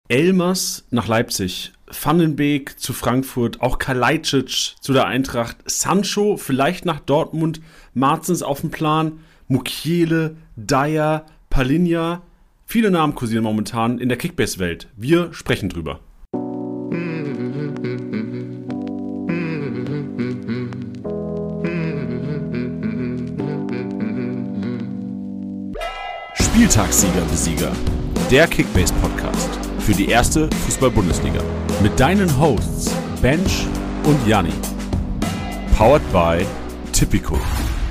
Elmas nach Leipzig, Van den Beek zu Frankfurt, auch Kalajdzic zu der Eintracht, Sancho vielleicht nach Dortmund, Martens auf dem Plan, Mukiele, Dyer, Palinja. Viele Namen kursieren momentan in der Kickbase-Welt. Wir sprechen drüber. Spieltagssieger-Besieger, der Kickbase-Podcast für die erste Fußball-Bundesliga. Mit deinen Hosts Bench und Janni. Powered by Tipico.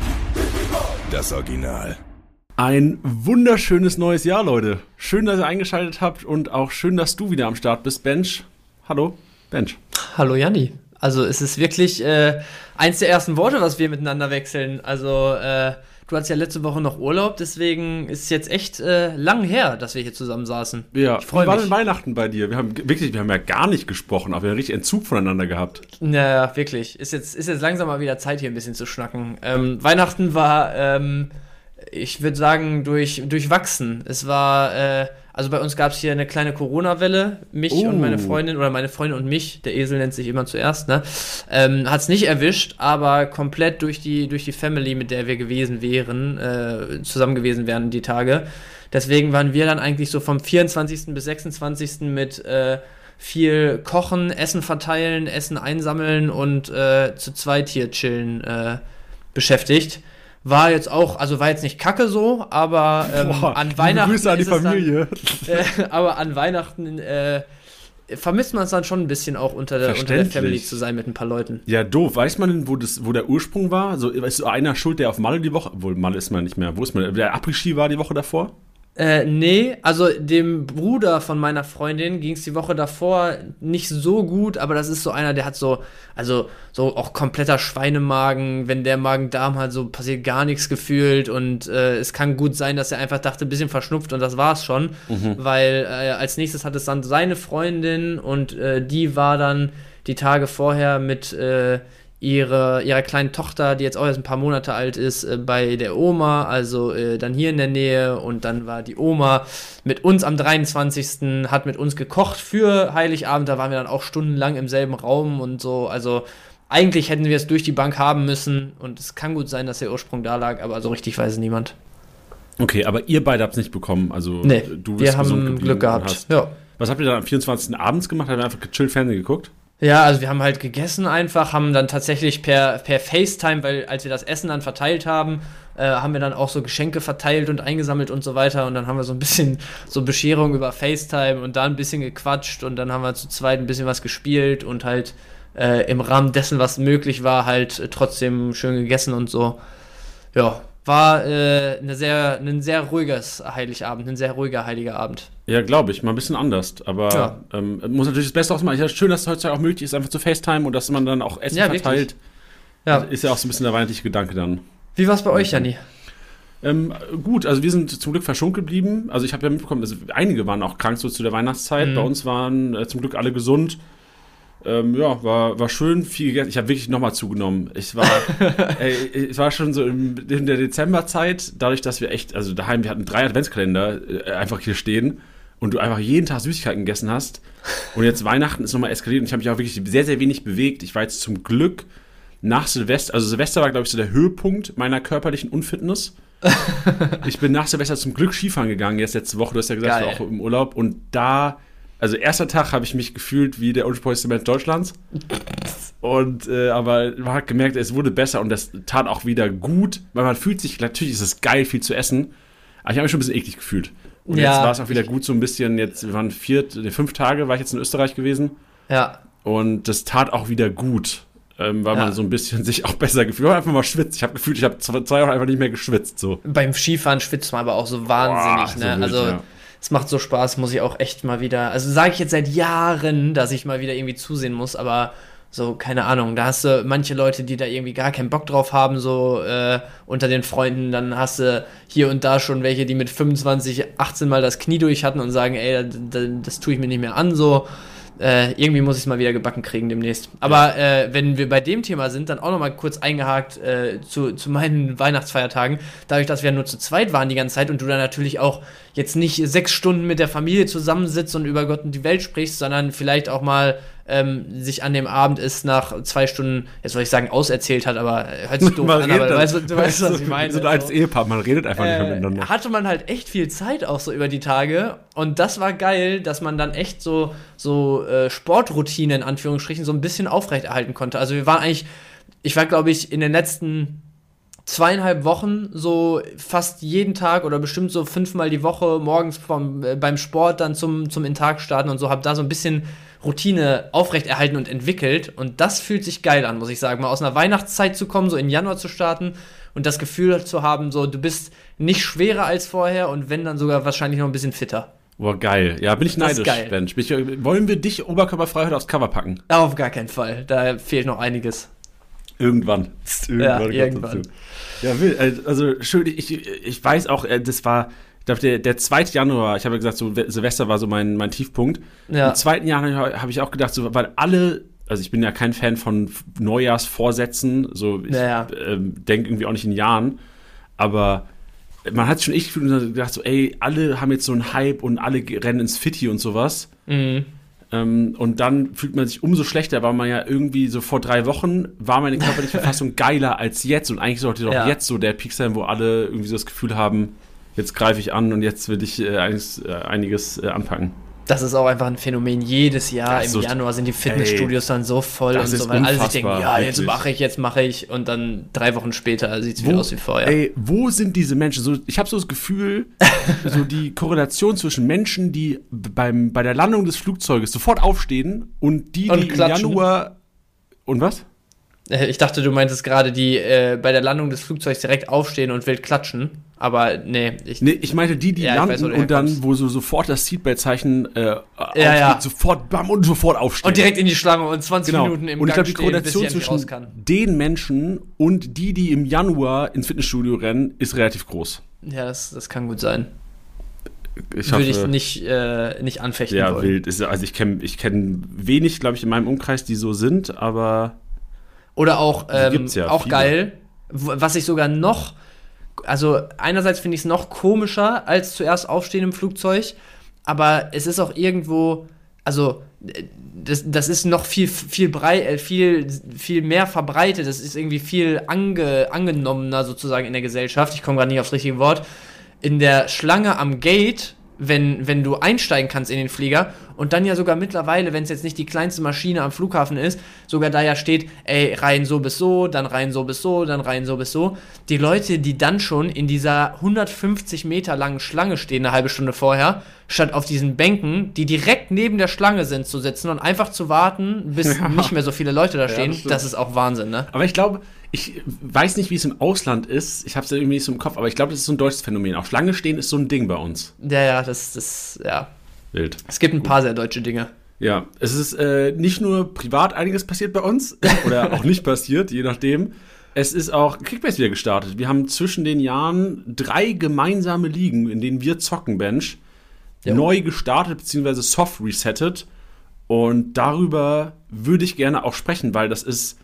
Das Original. Ein wunderschönes neues Jahr, Leute. Schön, dass ihr eingeschaltet habt und auch schön, dass du wieder am Start bist, Bench. Hallo, Bench. Hallo, Janni. Also es ist wirklich eins der ersten Worte, was wir miteinander wechseln. Also du hattest ja letzte Woche noch Urlaub, deswegen ist es jetzt echt lang her, dass wir hier zusammen saßen. Ja, ich freue mich. Wie war denn Weihnachten bei dir? Wir haben ja gar nicht gesprochen, aber wir haben richtig Entzug voneinander gehabt. Ja, wirklich. Ist jetzt langsam mal wieder Zeit, hier ein bisschen zu schnacken. Weihnachten war, ich würde sagen, durchwachsen. Es war, also bei uns gab es hier eine kleine Corona-Welle. Mich und meine Freundin, oder meine Freundin und mich, der Esel nennt sich immer zuerst, ne? Hat es nicht erwischt, aber komplett durch die Family, mit der wir zusammen gewesen wären die Tage. Deswegen waren wir dann eigentlich so vom 24. bis 26. mit viel Kochen, Essen verteilen, Essen einsammeln und zu zweit hier chillen beschäftigt. War jetzt nicht kacke so, aber an Weihnachten. Grüße an die Familie. Aber an Weihnachten vermisst man es dann schon ein bisschen auch unter der Family zu sein mit ein paar Leuten. Ja, doof. Weiß man denn, wo der Ursprung war? Also, ist einer schuld, der auf Malle die Woche. Obwohl, Malle ist man nicht mehr. Wo ist man? Der Après-Ski war die Woche davor? Nee, also dem Bruder von meiner Freundin ging es die Woche davor nicht so gut, aber das ist so einer, der hat so auch kompletter Schweinemagen, wenn der Magen-Darm hat, so passiert gar nichts gefühlt und es kann gut sein, dass er einfach dachte, ein bisschen verschnupft und das war's schon, weil als nächstes hat es dann seine Freundin und die war dann die Tage vorher mit ihrer kleinen Tochter, die jetzt auch erst ein paar Monate alt ist, bei der Oma, also dann hier in der Nähe und dann war die Oma mit uns am 23. hat mit uns gekocht für Heiligabend, da waren wir dann auch stundenlang im selben Raum und so, also eigentlich hätten wir es durch die Bank haben müssen und es kann gut sein, dass der Ursprung da lag, aber so richtig weiß es niemand. Okay, aber ihr beide habt es nicht bekommen, also nee, du bist wir haben Glück gehabt. Ja. Was habt ihr dann am 24. abends gemacht? Habt ihr einfach gechillt Fernsehen geguckt? Ja, also wir haben halt gegessen einfach, haben dann tatsächlich per FaceTime, weil als wir das Essen dann verteilt haben, haben wir dann auch so Geschenke verteilt und eingesammelt und so weiter und dann haben wir so ein bisschen so Bescherung über FaceTime und da ein bisschen gequatscht und dann haben wir zu zweit ein bisschen was gespielt und halt im Rahmen dessen, was möglich war, halt trotzdem schön gegessen und so. Ja, war ein sehr ruhiges Heiligabend, ein sehr ruhiger Heiliger Abend. Ja, glaube ich, mal ein bisschen anders, aber muss natürlich das Beste ausmachen. Ja, schön, dass es heutzutage auch möglich ist, einfach zu FaceTime und dass man dann auch Essen verteilt. Ja. Ist ja auch so ein bisschen der weihnachtliche Gedanke dann. Wie war es bei euch, Janni? Gut, also wir sind zum Glück verschont geblieben. Also ich habe ja mitbekommen, also einige waren auch krank so zu der Weihnachtszeit. Bei uns waren zum Glück alle gesund. War schön, viel gegessen. Ich habe wirklich nochmal zugenommen. Ich war schon so in der Dezemberzeit, dadurch, dass wir echt, also daheim, wir hatten 3 Adventskalender einfach hier stehen und du einfach jeden Tag Süßigkeiten gegessen hast. Und jetzt Weihnachten ist nochmal eskaliert und ich habe mich auch wirklich sehr, sehr wenig bewegt. Ich war jetzt zum Glück nach Silvester, also Silvester war, glaube ich, so der Höhepunkt meiner körperlichen Unfitness. Ich bin nach Silvester zum Glück Skifahren gegangen, jetzt letzte Woche, du hast ja gesagt, ich war auch im Urlaub und da. Also erster Tag habe ich mich gefühlt wie der unsportlichste Mensch Deutschlands. Und aber man hat gemerkt, es wurde besser und das tat auch wieder gut, weil man fühlt sich, natürlich ist es geil, viel zu essen, aber ich habe mich schon ein bisschen eklig gefühlt. Und jetzt war es auch wieder gut so ein bisschen, wir waren 5 Tage, war ich jetzt in Österreich gewesen. Ja. Und das tat auch wieder gut, weil man so ein bisschen sich auch besser gefühlt hat. Einfach mal schwitzt. Ich habe gefühlt, ich habe 2 Wochen einfach nicht mehr geschwitzt. So. Beim Skifahren schwitzt man aber auch so wahnsinnig, ne? So wild, also es macht so Spaß, muss ich auch echt mal wieder, also sage ich jetzt seit Jahren, dass ich mal wieder irgendwie zusehen muss, aber so, keine Ahnung, da hast du manche Leute, die da irgendwie gar keinen Bock drauf haben, so unter den Freunden, dann hast du hier und da schon welche, die mit 25, 18 Mal das Knie durch hatten und sagen, ey, das tue ich mir nicht mehr an, so. Irgendwie muss ich es mal wieder gebacken kriegen demnächst. Aber wenn wir bei dem Thema sind, dann auch nochmal kurz eingehakt zu meinen Weihnachtsfeiertagen. Dadurch, dass wir nur zu zweit waren die ganze Zeit und du dann natürlich auch jetzt nicht 6 Stunden mit der Familie zusammensitzt und über Gott und die Welt sprichst, sondern vielleicht auch mal sich an dem Abend ist nach 2 Stunden, jetzt soll ich sagen, auserzählt hat, aber hört sich doof an, aber du weißt, was ich meine. So als Ehepaar, man redet einfach nicht mehr miteinander. Hatte man halt echt viel Zeit auch so über die Tage und das war geil, dass man dann echt so Sportroutine in Anführungsstrichen so ein bisschen aufrechterhalten konnte. Also ich war glaube ich in den letzten 2,5 Wochen so fast jeden Tag oder bestimmt so 5-mal die Woche morgens beim Sport dann zum in den Tag starten und so, habe da so ein bisschen Routine aufrechterhalten und entwickelt und das fühlt sich geil an, muss ich sagen, mal aus einer Weihnachtszeit zu kommen, so in Januar zu starten und das Gefühl zu haben, so du bist nicht schwerer als vorher und wenn, dann sogar wahrscheinlich noch ein bisschen fitter. Boah, geil. Ja, bin ich neidisch, Bench. Wollen wir dich oberkörperfrei heute aufs Cover packen? Auf gar keinen Fall, da fehlt noch einiges. Irgendwann. Irgendwann. Ja, also schön, ich weiß auch, das war, ich glaube, der 2. Januar, ich habe ja gesagt, so Silvester war so mein Tiefpunkt. Ja. Am 2. Januar habe ich auch gedacht, so, weil also ich bin ja kein Fan von Neujahrsvorsätzen, so ich denke irgendwie auch nicht in Jahren, aber man hat schon echt gedacht, so, ey, alle haben jetzt so einen Hype und alle rennen ins Fitti und sowas. Mhm. Und dann fühlt man sich umso schlechter, weil man ja irgendwie so vor 3 Wochen war meine körperliche Verfassung geiler als jetzt und eigentlich sollte doch jetzt so der Peak sein, wo alle irgendwie so das Gefühl haben, jetzt greife ich an und jetzt will ich einiges anpacken. Das ist auch einfach ein Phänomen. Jedes Jahr im Januar sind die Fitnessstudios dann so voll und so, weil alle sich denken, ja, jetzt mache ich und dann 3 Wochen später sieht es wieder aus wie vorher. Ey, wo sind diese Menschen? So, ich habe so das Gefühl, so die Korrelation zwischen Menschen, die bei der Landung des Flugzeuges sofort aufstehen und die im Januar und was? Ich dachte, du meintest gerade, die bei der Landung des Flugzeugs direkt aufstehen und wild klatschen. Aber nee. Ich meinte die landen und dann, wo so sofort das Seatbelt-Zeichen aufsteht, sofort bam und sofort aufstehen. Und direkt in die Schlange und 20 Minuten im und Gang ich glaube, die Korrelation zwischen den Menschen und die im Januar ins Fitnessstudio rennen, ist relativ groß. Ja, das kann gut sein. Würde ich nicht anfechten wollen. Ja, wild. Also ich kenn wenig, glaube ich, in meinem Umkreis, die so sind, aber oder auch auch geil, was ich sogar noch, also einerseits finde ich es noch komischer als zuerst aufstehen im Flugzeug, aber es ist auch irgendwo, also das ist noch viel mehr verbreitet, das ist irgendwie viel angenommener sozusagen in der Gesellschaft, ich komme gerade nicht aufs richtige Wort, in der Schlange am Gate, wenn du einsteigen kannst in den Flieger und dann ja sogar mittlerweile, wenn es jetzt nicht die kleinste Maschine am Flughafen ist, sogar da ja steht, ey, Reihen so bis so, dann Reihen so bis so, dann Reihen so bis so. Die Leute, die dann schon in dieser 150 Meter langen Schlange stehen, eine halbe Stunde vorher, statt auf diesen Bänken, die direkt neben der Schlange sind, zu sitzen und einfach zu warten, bis nicht mehr so viele Leute da stehen, das ist auch Wahnsinn, ne? Aber ich glaube, ich weiß nicht, wie es im Ausland ist. Ich habe es irgendwie nicht so im Kopf, aber ich glaube, das ist so ein deutsches Phänomen. Auch Schlange stehen ist so ein Ding bei uns. Ja, das wild. Es gibt ein paar sehr deutsche Dinge. Ja, es ist nicht nur privat einiges passiert bei uns oder auch nicht passiert, je nachdem. Es ist auch Kickbase wieder gestartet. Wir haben zwischen den Jahren 3 gemeinsame Ligen, in denen wir zocken, Bench, neu gestartet bzw. soft resettet. Und darüber würde ich gerne auch sprechen, weil das ist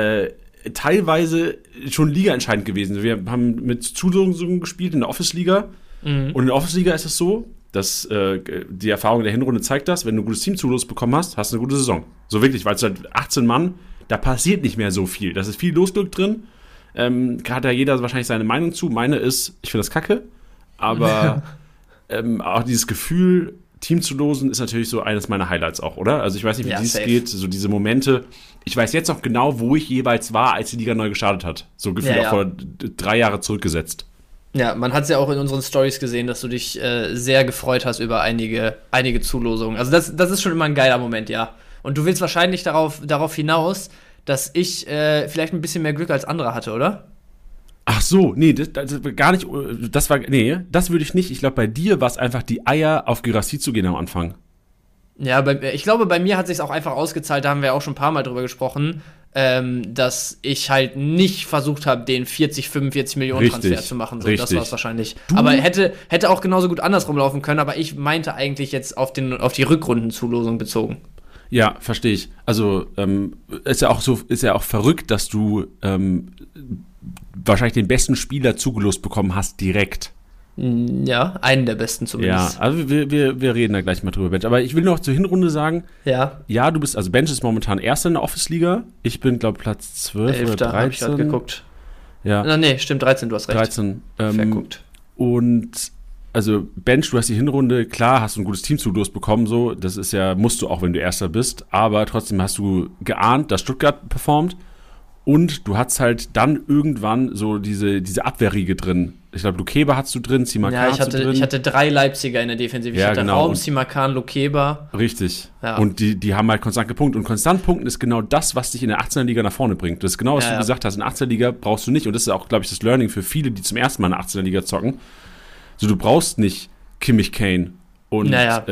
teilweise schon ligaentscheidend gewesen. Wir haben mit Zulosungen gespielt in der Office-Liga. Mhm. Und in der Office-Liga ist es so, dass die Erfahrung der Hinrunde zeigt das, wenn du ein gutes Team Zulos bekommen hast, hast du eine gute Saison. So wirklich, weil es halt 18 Mann, da passiert nicht mehr so viel. Da ist viel Losglück drin. Hat ja jeder wahrscheinlich seine Meinung zu. Meine ist, ich finde das kacke. Aber auch dieses Gefühl, Team zu losen, ist natürlich so eines meiner Highlights auch, oder? Also ich weiß nicht, wie dies geht, so diese Momente. Ich weiß jetzt noch genau, wo ich jeweils war, als die Liga neu gestartet hat. So gefühlt auch vor 3 Jahre zurückgesetzt. Ja, man hat es ja auch in unseren Stories gesehen, dass du dich sehr gefreut hast über einige Zulosungen. Also das ist schon immer ein geiler Moment, ja. Und du willst wahrscheinlich darauf hinaus, dass ich vielleicht ein bisschen mehr Glück als andere hatte, oder? Ach so, nee, das gar nicht, das würde ich nicht. Ich glaube, bei dir war es einfach die Eier, auf Girassi zu gehen am Anfang. Ja, ich glaube, bei mir hat es sich auch einfach ausgezahlt, da haben wir auch schon ein paar Mal drüber gesprochen, dass ich halt nicht versucht habe, den 45 Millionen Transfer zu machen. So, das war es wahrscheinlich. Aber hätte auch genauso gut andersrum laufen können, aber ich meinte eigentlich jetzt auf die Rückrundenzulosung bezogen. Ja, verstehe ich. Also ist ja auch verrückt, dass du wahrscheinlich den besten Spieler zugelost bekommen hast direkt. Ja, einen der besten zumindest. Ja, also wir reden da gleich mal drüber, Bench. Aber ich will noch zur Hinrunde sagen, ja, du bist, also Bench ist momentan Erster in der Office-Liga. Ich bin, glaube ich, Platz 12 oder 13. Habe ich gerade geguckt. Ja. Nee, stimmt, 13, du hast recht. 13. Verguckt. Und also Bench, du hast die Hinrunde, klar, hast du ein gutes Team zugelost bekommen, so, das ist ja, musst du auch, wenn du Erster bist, aber trotzdem hast du geahnt, dass Stuttgart performt und du hattest halt dann irgendwann so diese Abwehrriege drin. Ich glaube, Lukeba hattest du drin, Simakan hast du drin. Ich hatte 3 Leipziger in der Defensive. Ich hatte genau. Raum, Simakan, Lukeba. Richtig. Ja. Und die haben halt konstant gepunktet. Und konstant punkten ist genau das, was dich in der 18er Liga nach vorne bringt. Das ist genau, was du gesagt hast. In der 18er Liga brauchst du nicht, und das ist auch, glaube ich, das Learning für viele, die zum ersten Mal in der 18er Liga zocken. So, du brauchst nicht Kimmich, Kane und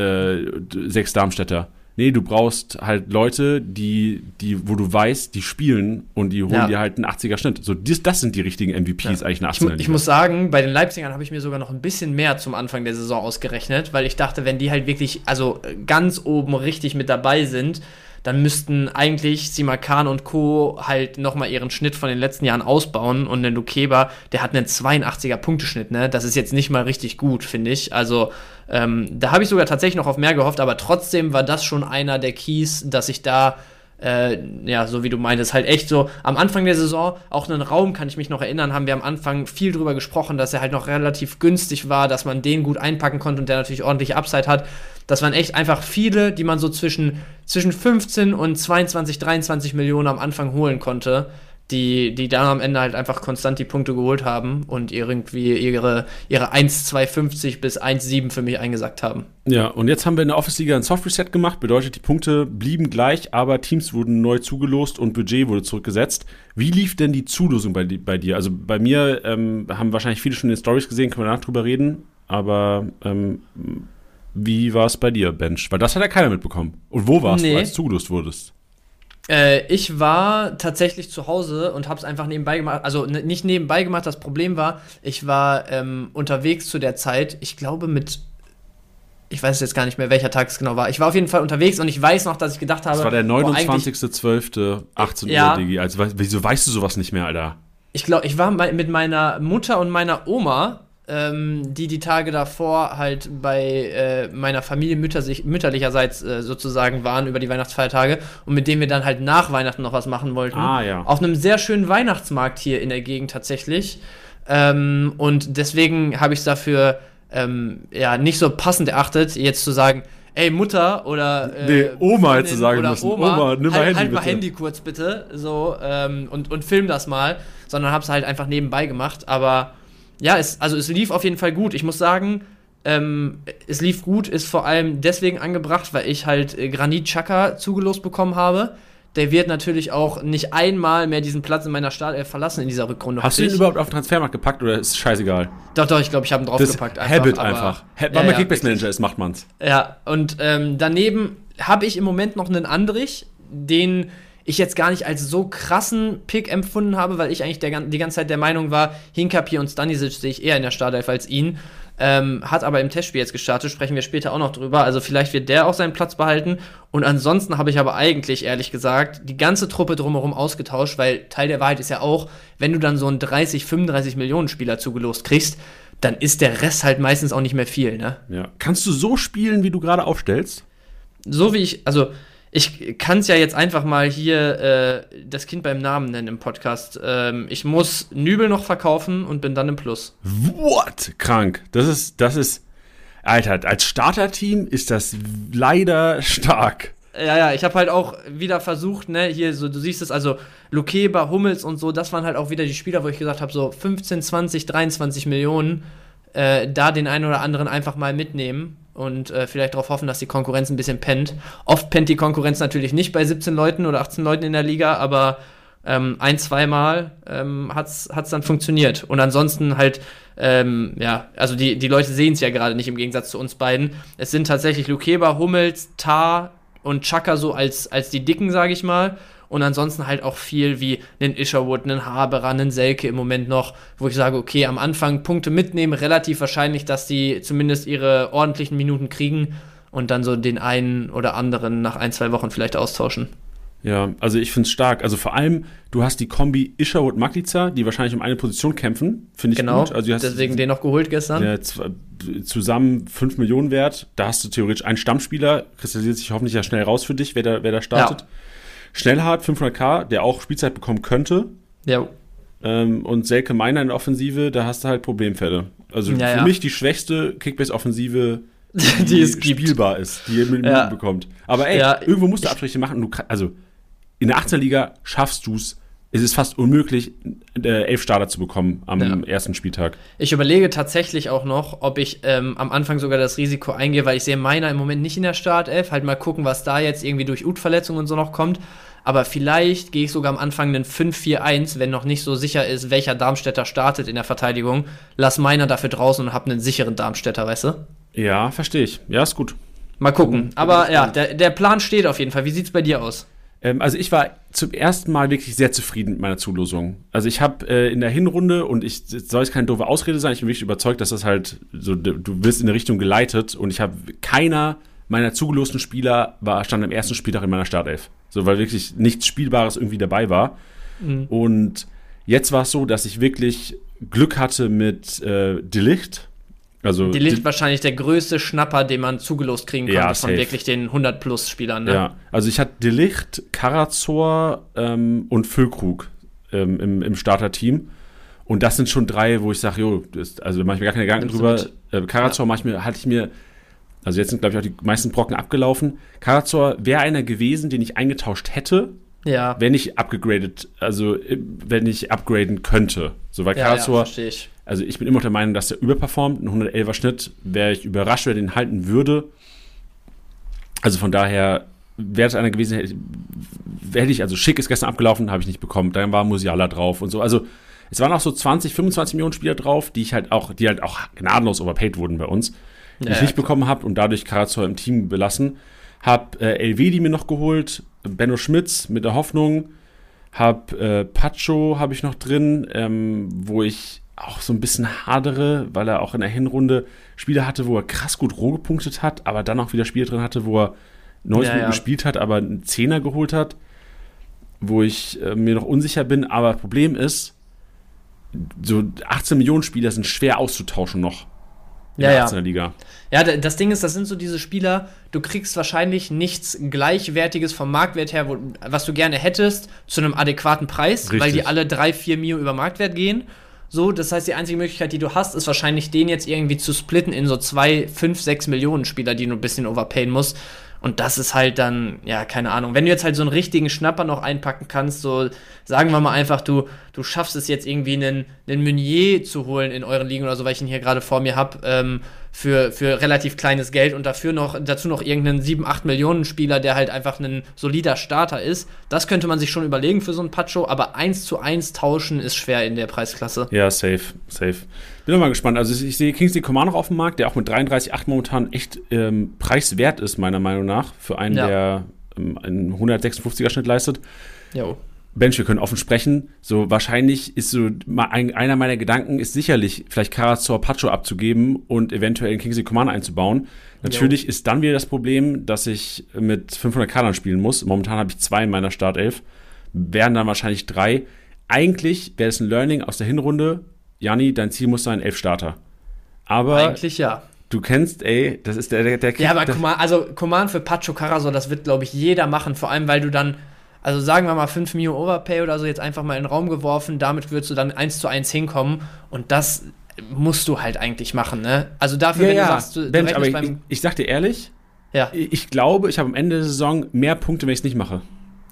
6 Darmstädter. Nee, du brauchst halt Leute, wo du weißt, die spielen und die holen dir halt einen 80er Schnitt. So, das sind die richtigen MVPs eigentlich in der 18er Liga. Ich muss sagen, bei den Leipzigern habe ich mir sogar noch ein bisschen mehr zum Anfang der Saison ausgerechnet, weil ich dachte, wenn die halt wirklich, also ganz oben richtig mit dabei sind, dann müssten eigentlich Simakan und Co. halt nochmal ihren Schnitt von den letzten Jahren ausbauen. Und der Lukeba, der hat einen 82er Punkteschnitt, ne? Das ist jetzt nicht mal richtig gut, finde ich. Also da habe ich sogar tatsächlich noch auf mehr gehofft, aber trotzdem war das schon einer der Keys, dass ich da so wie du meintest, halt echt so am Anfang der Saison, auch einen Raum, kann ich mich noch erinnern, haben wir am Anfang viel drüber gesprochen, dass er halt noch relativ günstig war, dass man den gut einpacken konnte und der natürlich ordentlich Upside hat. Das waren echt einfach viele, die man so zwischen 15 und 22, 23 Millionen am Anfang holen konnte, die dann am Ende halt einfach konstant die Punkte geholt haben und irgendwie ihre 1,250 bis 1,7 für mich eingesackt haben. Ja, und jetzt haben wir in der Office-Liga ein Soft-Reset gemacht, bedeutet, die Punkte blieben gleich, aber Teams wurden neu zugelost und Budget wurde zurückgesetzt. Wie lief denn die Zulosung bei dir? Also bei mir haben wahrscheinlich viele schon in den Stories gesehen, können wir danach drüber reden, aber wie war es bei dir, Bench? Weil das hat ja keiner mitbekommen. Und wo warst du, als du zugelost wurdest? Ich war tatsächlich zu Hause und habe es einfach nebenbei gemacht. Also nicht nebenbei gemacht, das Problem war, ich war unterwegs zu der Zeit, ich glaube ich weiß jetzt gar nicht mehr, welcher Tag es genau war. Ich war auf jeden Fall unterwegs und ich weiß noch, dass ich gedacht habe... Das war der 29.12., 18 Uhr, Digi. Also, wieso weißt du sowas nicht mehr, Alter? Ich glaube, ich war mit meiner Mutter und meiner Oma, die Tage davor halt bei meiner Familie mütterlicherseits sozusagen waren über die Weihnachtsfeiertage und mit denen wir dann halt nach Weihnachten noch was machen wollten. Auf einem sehr schönen Weihnachtsmarkt hier in der Gegend tatsächlich. Und deswegen habe ich es dafür nicht so passend erachtet, jetzt zu sagen, ey Mutter oder Oma hätte zu sagen müssen. Oma, nimm mal Handy halt bitte. Mal Handy kurz bitte, so und film das mal, sondern habe es halt einfach nebenbei gemacht, aber ja, es lief auf jeden Fall gut. Ich muss sagen, es lief gut, ist vor allem deswegen angebracht, weil ich halt Granit Xhaka zugelost bekommen habe. Der wird natürlich auch nicht einmal mehr diesen Platz in meiner Startelf verlassen in dieser Rückrunde. Hast du ihn überhaupt auf den Transfermarkt gepackt oder ist es scheißegal? Doch, ich glaube, ich habe ihn draufgepackt. Habit einfach. Weil man Kickbase Manager ist, macht man's. Ja, und daneben habe ich im Moment noch einen Andrich, den ich jetzt gar nicht als so krassen Pick empfunden habe, weil ich eigentlich die ganze Zeit der Meinung war, Hincapié und Stanisic sehe ich eher in der Startelf als ihn. Hat aber im Testspiel jetzt gestartet, sprechen wir später auch noch drüber. Also vielleicht wird der auch seinen Platz behalten. Und ansonsten habe ich aber eigentlich, ehrlich gesagt, die ganze Truppe drumherum ausgetauscht, weil Teil der Wahrheit ist ja auch, wenn du dann so einen 30, 35 Millionen Spieler zugelost kriegst, dann ist der Rest halt meistens auch nicht mehr viel, ne? Ja. Kannst du so spielen, wie du gerade aufstellst? So wie ich kann es ja jetzt einfach mal hier das Kind beim Namen nennen im Podcast. Ich muss Nübel noch verkaufen und bin dann im Plus. What? Krank. Das ist, Alter, als Starterteam ist das leider stark. Ja, ich habe halt auch wieder versucht, ne, hier so, du siehst es, also Lukeba, Hummels und so, das waren halt auch wieder die Spieler, wo ich gesagt habe, so 15, 20, 23 Millionen, da den einen oder anderen einfach mal mitnehmen und vielleicht darauf hoffen, dass die Konkurrenz ein bisschen pennt. Oft pennt die Konkurrenz natürlich nicht bei 17 Leuten oder 18 Leuten in der Liga, aber ein-, zweimal hat's dann funktioniert. Und ansonsten halt, also die Leute sehen es ja gerade nicht im Gegensatz zu uns beiden. Es sind tatsächlich Lukeba, Hummels, Tah und Xhaka so als die Dicken, sage ich mal. Und ansonsten halt auch viel wie einen Isherwood, einen Haberer, einen Selke im Moment noch, wo ich sage, okay, am Anfang Punkte mitnehmen, relativ wahrscheinlich, dass die zumindest ihre ordentlichen Minuten kriegen. und dann so den einen oder anderen nach 1-2 Wochen vielleicht austauschen. Ja, also ich finde es stark. Also vor allem, du hast die Kombi Isherwood-Maglica, die wahrscheinlich um eine Position kämpfen, finde ich Genau, gut. Also deswegen den noch geholt gestern. Zusammen 5 Millionen wert. Da hast du theoretisch einen Stammspieler, kristallisiert sich hoffentlich ja schnell raus für dich, wer da startet. Ja. Schnellhardt, 500k, der auch Spielzeit bekommen könnte. Ja. Und Selke Meiner in der Offensive, da hast du halt Problemfälle. Also für mich die schwächste Kickbase-Offensive, die spielbar ist, die ihr Minuten bekommt. Aber irgendwo musst du Abstriche machen. Also in der 18er Liga schaffst du es. Es ist fast unmöglich, 11 Starter zu bekommen am ersten Spieltag. Ich überlege tatsächlich auch noch, ob ich am Anfang sogar das Risiko eingehe, weil ich sehe Meiner im Moment nicht in der Startelf. Halt mal gucken, was da jetzt irgendwie durch Ut-Verletzungen und so noch kommt. Aber vielleicht gehe ich sogar am Anfang einen 5-4-1, wenn noch nicht so sicher ist, welcher Darmstädter startet in der Verteidigung. Lass Meiner dafür draußen und hab einen sicheren Darmstädter, weißt du? Ja, verstehe ich. Ja, ist gut. Mal gucken. Aber ja, der Plan steht auf jeden Fall. Wie sieht's bei dir aus? Also ich war zum ersten Mal wirklich sehr zufrieden mit meiner Zulosung. Also ich habe in der Hinrunde, und soll es keine doofe Ausrede sein, ich bin wirklich überzeugt, dass das halt so, du wirst in eine Richtung geleitet, und ich habe keiner meiner zugelosten Spieler stand am ersten Spieltag in meiner Startelf. So, weil wirklich nichts Spielbares irgendwie dabei war. Mhm. Und jetzt war es so, dass ich wirklich Glück hatte mit De Ligt. Also De Ligt wahrscheinlich der größte Schnapper, den man zugelost kriegen konnte von wirklich den 100-Plus-Spielern. Ne? Ja, also ich hatte De Ligt, Karazor und Füllkrug im Starterteam. Und das sind schon 3, wo ich sage, also da mache ich mir gar keine Gedanken drüber. Karazor hatte ich mir, also jetzt sind, glaube ich, auch die meisten Brocken abgelaufen. Karazor wäre einer gewesen, den ich eingetauscht hätte, wenn ich wenn ich upgraden könnte. So, weil Karazor, verstehe ich. Also ich bin immer noch der Meinung, dass der überperformt. Ein 111er Schnitt, wäre ich überrascht, wenn er den halten würde. Also von daher wäre es einer gewesen, hätte ich, also Schick ist gestern abgelaufen, habe ich nicht bekommen. Dann war Musiala drauf und so. Also es waren auch so 20, 25 Millionen Spieler drauf, die halt auch gnadenlos overpaid wurden bei uns, die ich nicht bekommen habe und dadurch Karazor im Team belassen. Hab Elvedi mir noch geholt, Benno Schmitz mit der Hoffnung, hab Pacho habe ich noch drin, wo ich auch so ein bisschen hadere, weil er auch in der Hinrunde Spiele hatte, wo er krass gut roh gepunktet hat, aber dann auch wieder Spiele drin hatte, wo er 90 Minuten gespielt hat, aber einen Zehner geholt hat, wo ich mir noch unsicher bin. Aber das Problem ist, so 18 Millionen Spieler sind schwer auszutauschen noch in der 18er Liga. Ja, das Ding ist, das sind so diese Spieler, du kriegst wahrscheinlich nichts Gleichwertiges vom Marktwert her, was du gerne hättest, zu einem adäquaten Preis, richtig, weil die alle 3-4 Mio über Marktwert gehen. So, das heißt, die einzige Möglichkeit, die du hast, ist wahrscheinlich, den jetzt irgendwie zu splitten in so 2, 5, 6 Millionen Spieler, die du ein bisschen overpayen musst. Und das ist halt dann, ja, keine Ahnung. Wenn du jetzt halt so einen richtigen Schnapper noch einpacken kannst, so sagen wir mal einfach, du schaffst es jetzt irgendwie einen Meunier zu holen in euren Ligen oder so, weil ich ihn hier gerade vor mir habe, für relativ kleines Geld und dazu noch irgendeinen 7, 8 Millionen Spieler, der halt einfach ein solider Starter ist. Das könnte man sich schon überlegen für so einen Pacho, aber 1:1 tauschen ist schwer in der Preisklasse. Ja, safe. Bin mal gespannt. Also ich sehe Kingsley Coman noch auf dem Markt, der auch mit 33,8 momentan echt preiswert ist, meiner Meinung nach, für einen, der einen 156er Schnitt leistet. Jo. Bench, wir können offen sprechen. So wahrscheinlich ist so einer meiner Gedanken ist sicherlich vielleicht Karazor Pacho abzugeben und eventuell in Kingsley Coman einzubauen. Natürlich ist dann wieder das Problem, dass ich mit 500 Kadern spielen muss. Momentan habe ich 2 in meiner Startelf. Wären dann wahrscheinlich 3. Eigentlich wäre es ein Learning aus der Hinrunde. Janni, dein Ziel muss sein 11 Starter. Aber eigentlich ja. Du kennst, das ist der Kick. Ja, aber Coman für Pacho Karazor, das wird, glaube ich, jeder machen. Vor allem, weil du dann, also sagen wir mal 5 Mio Overpay oder so jetzt einfach mal in den Raum geworfen, damit würdest du dann 1:1 hinkommen und das musst du halt eigentlich machen, ne? Also dafür, wenn du sagst, du Bench, aber ich sag dir ehrlich, ich glaube, ich habe am Ende der Saison mehr Punkte, wenn ich es nicht mache.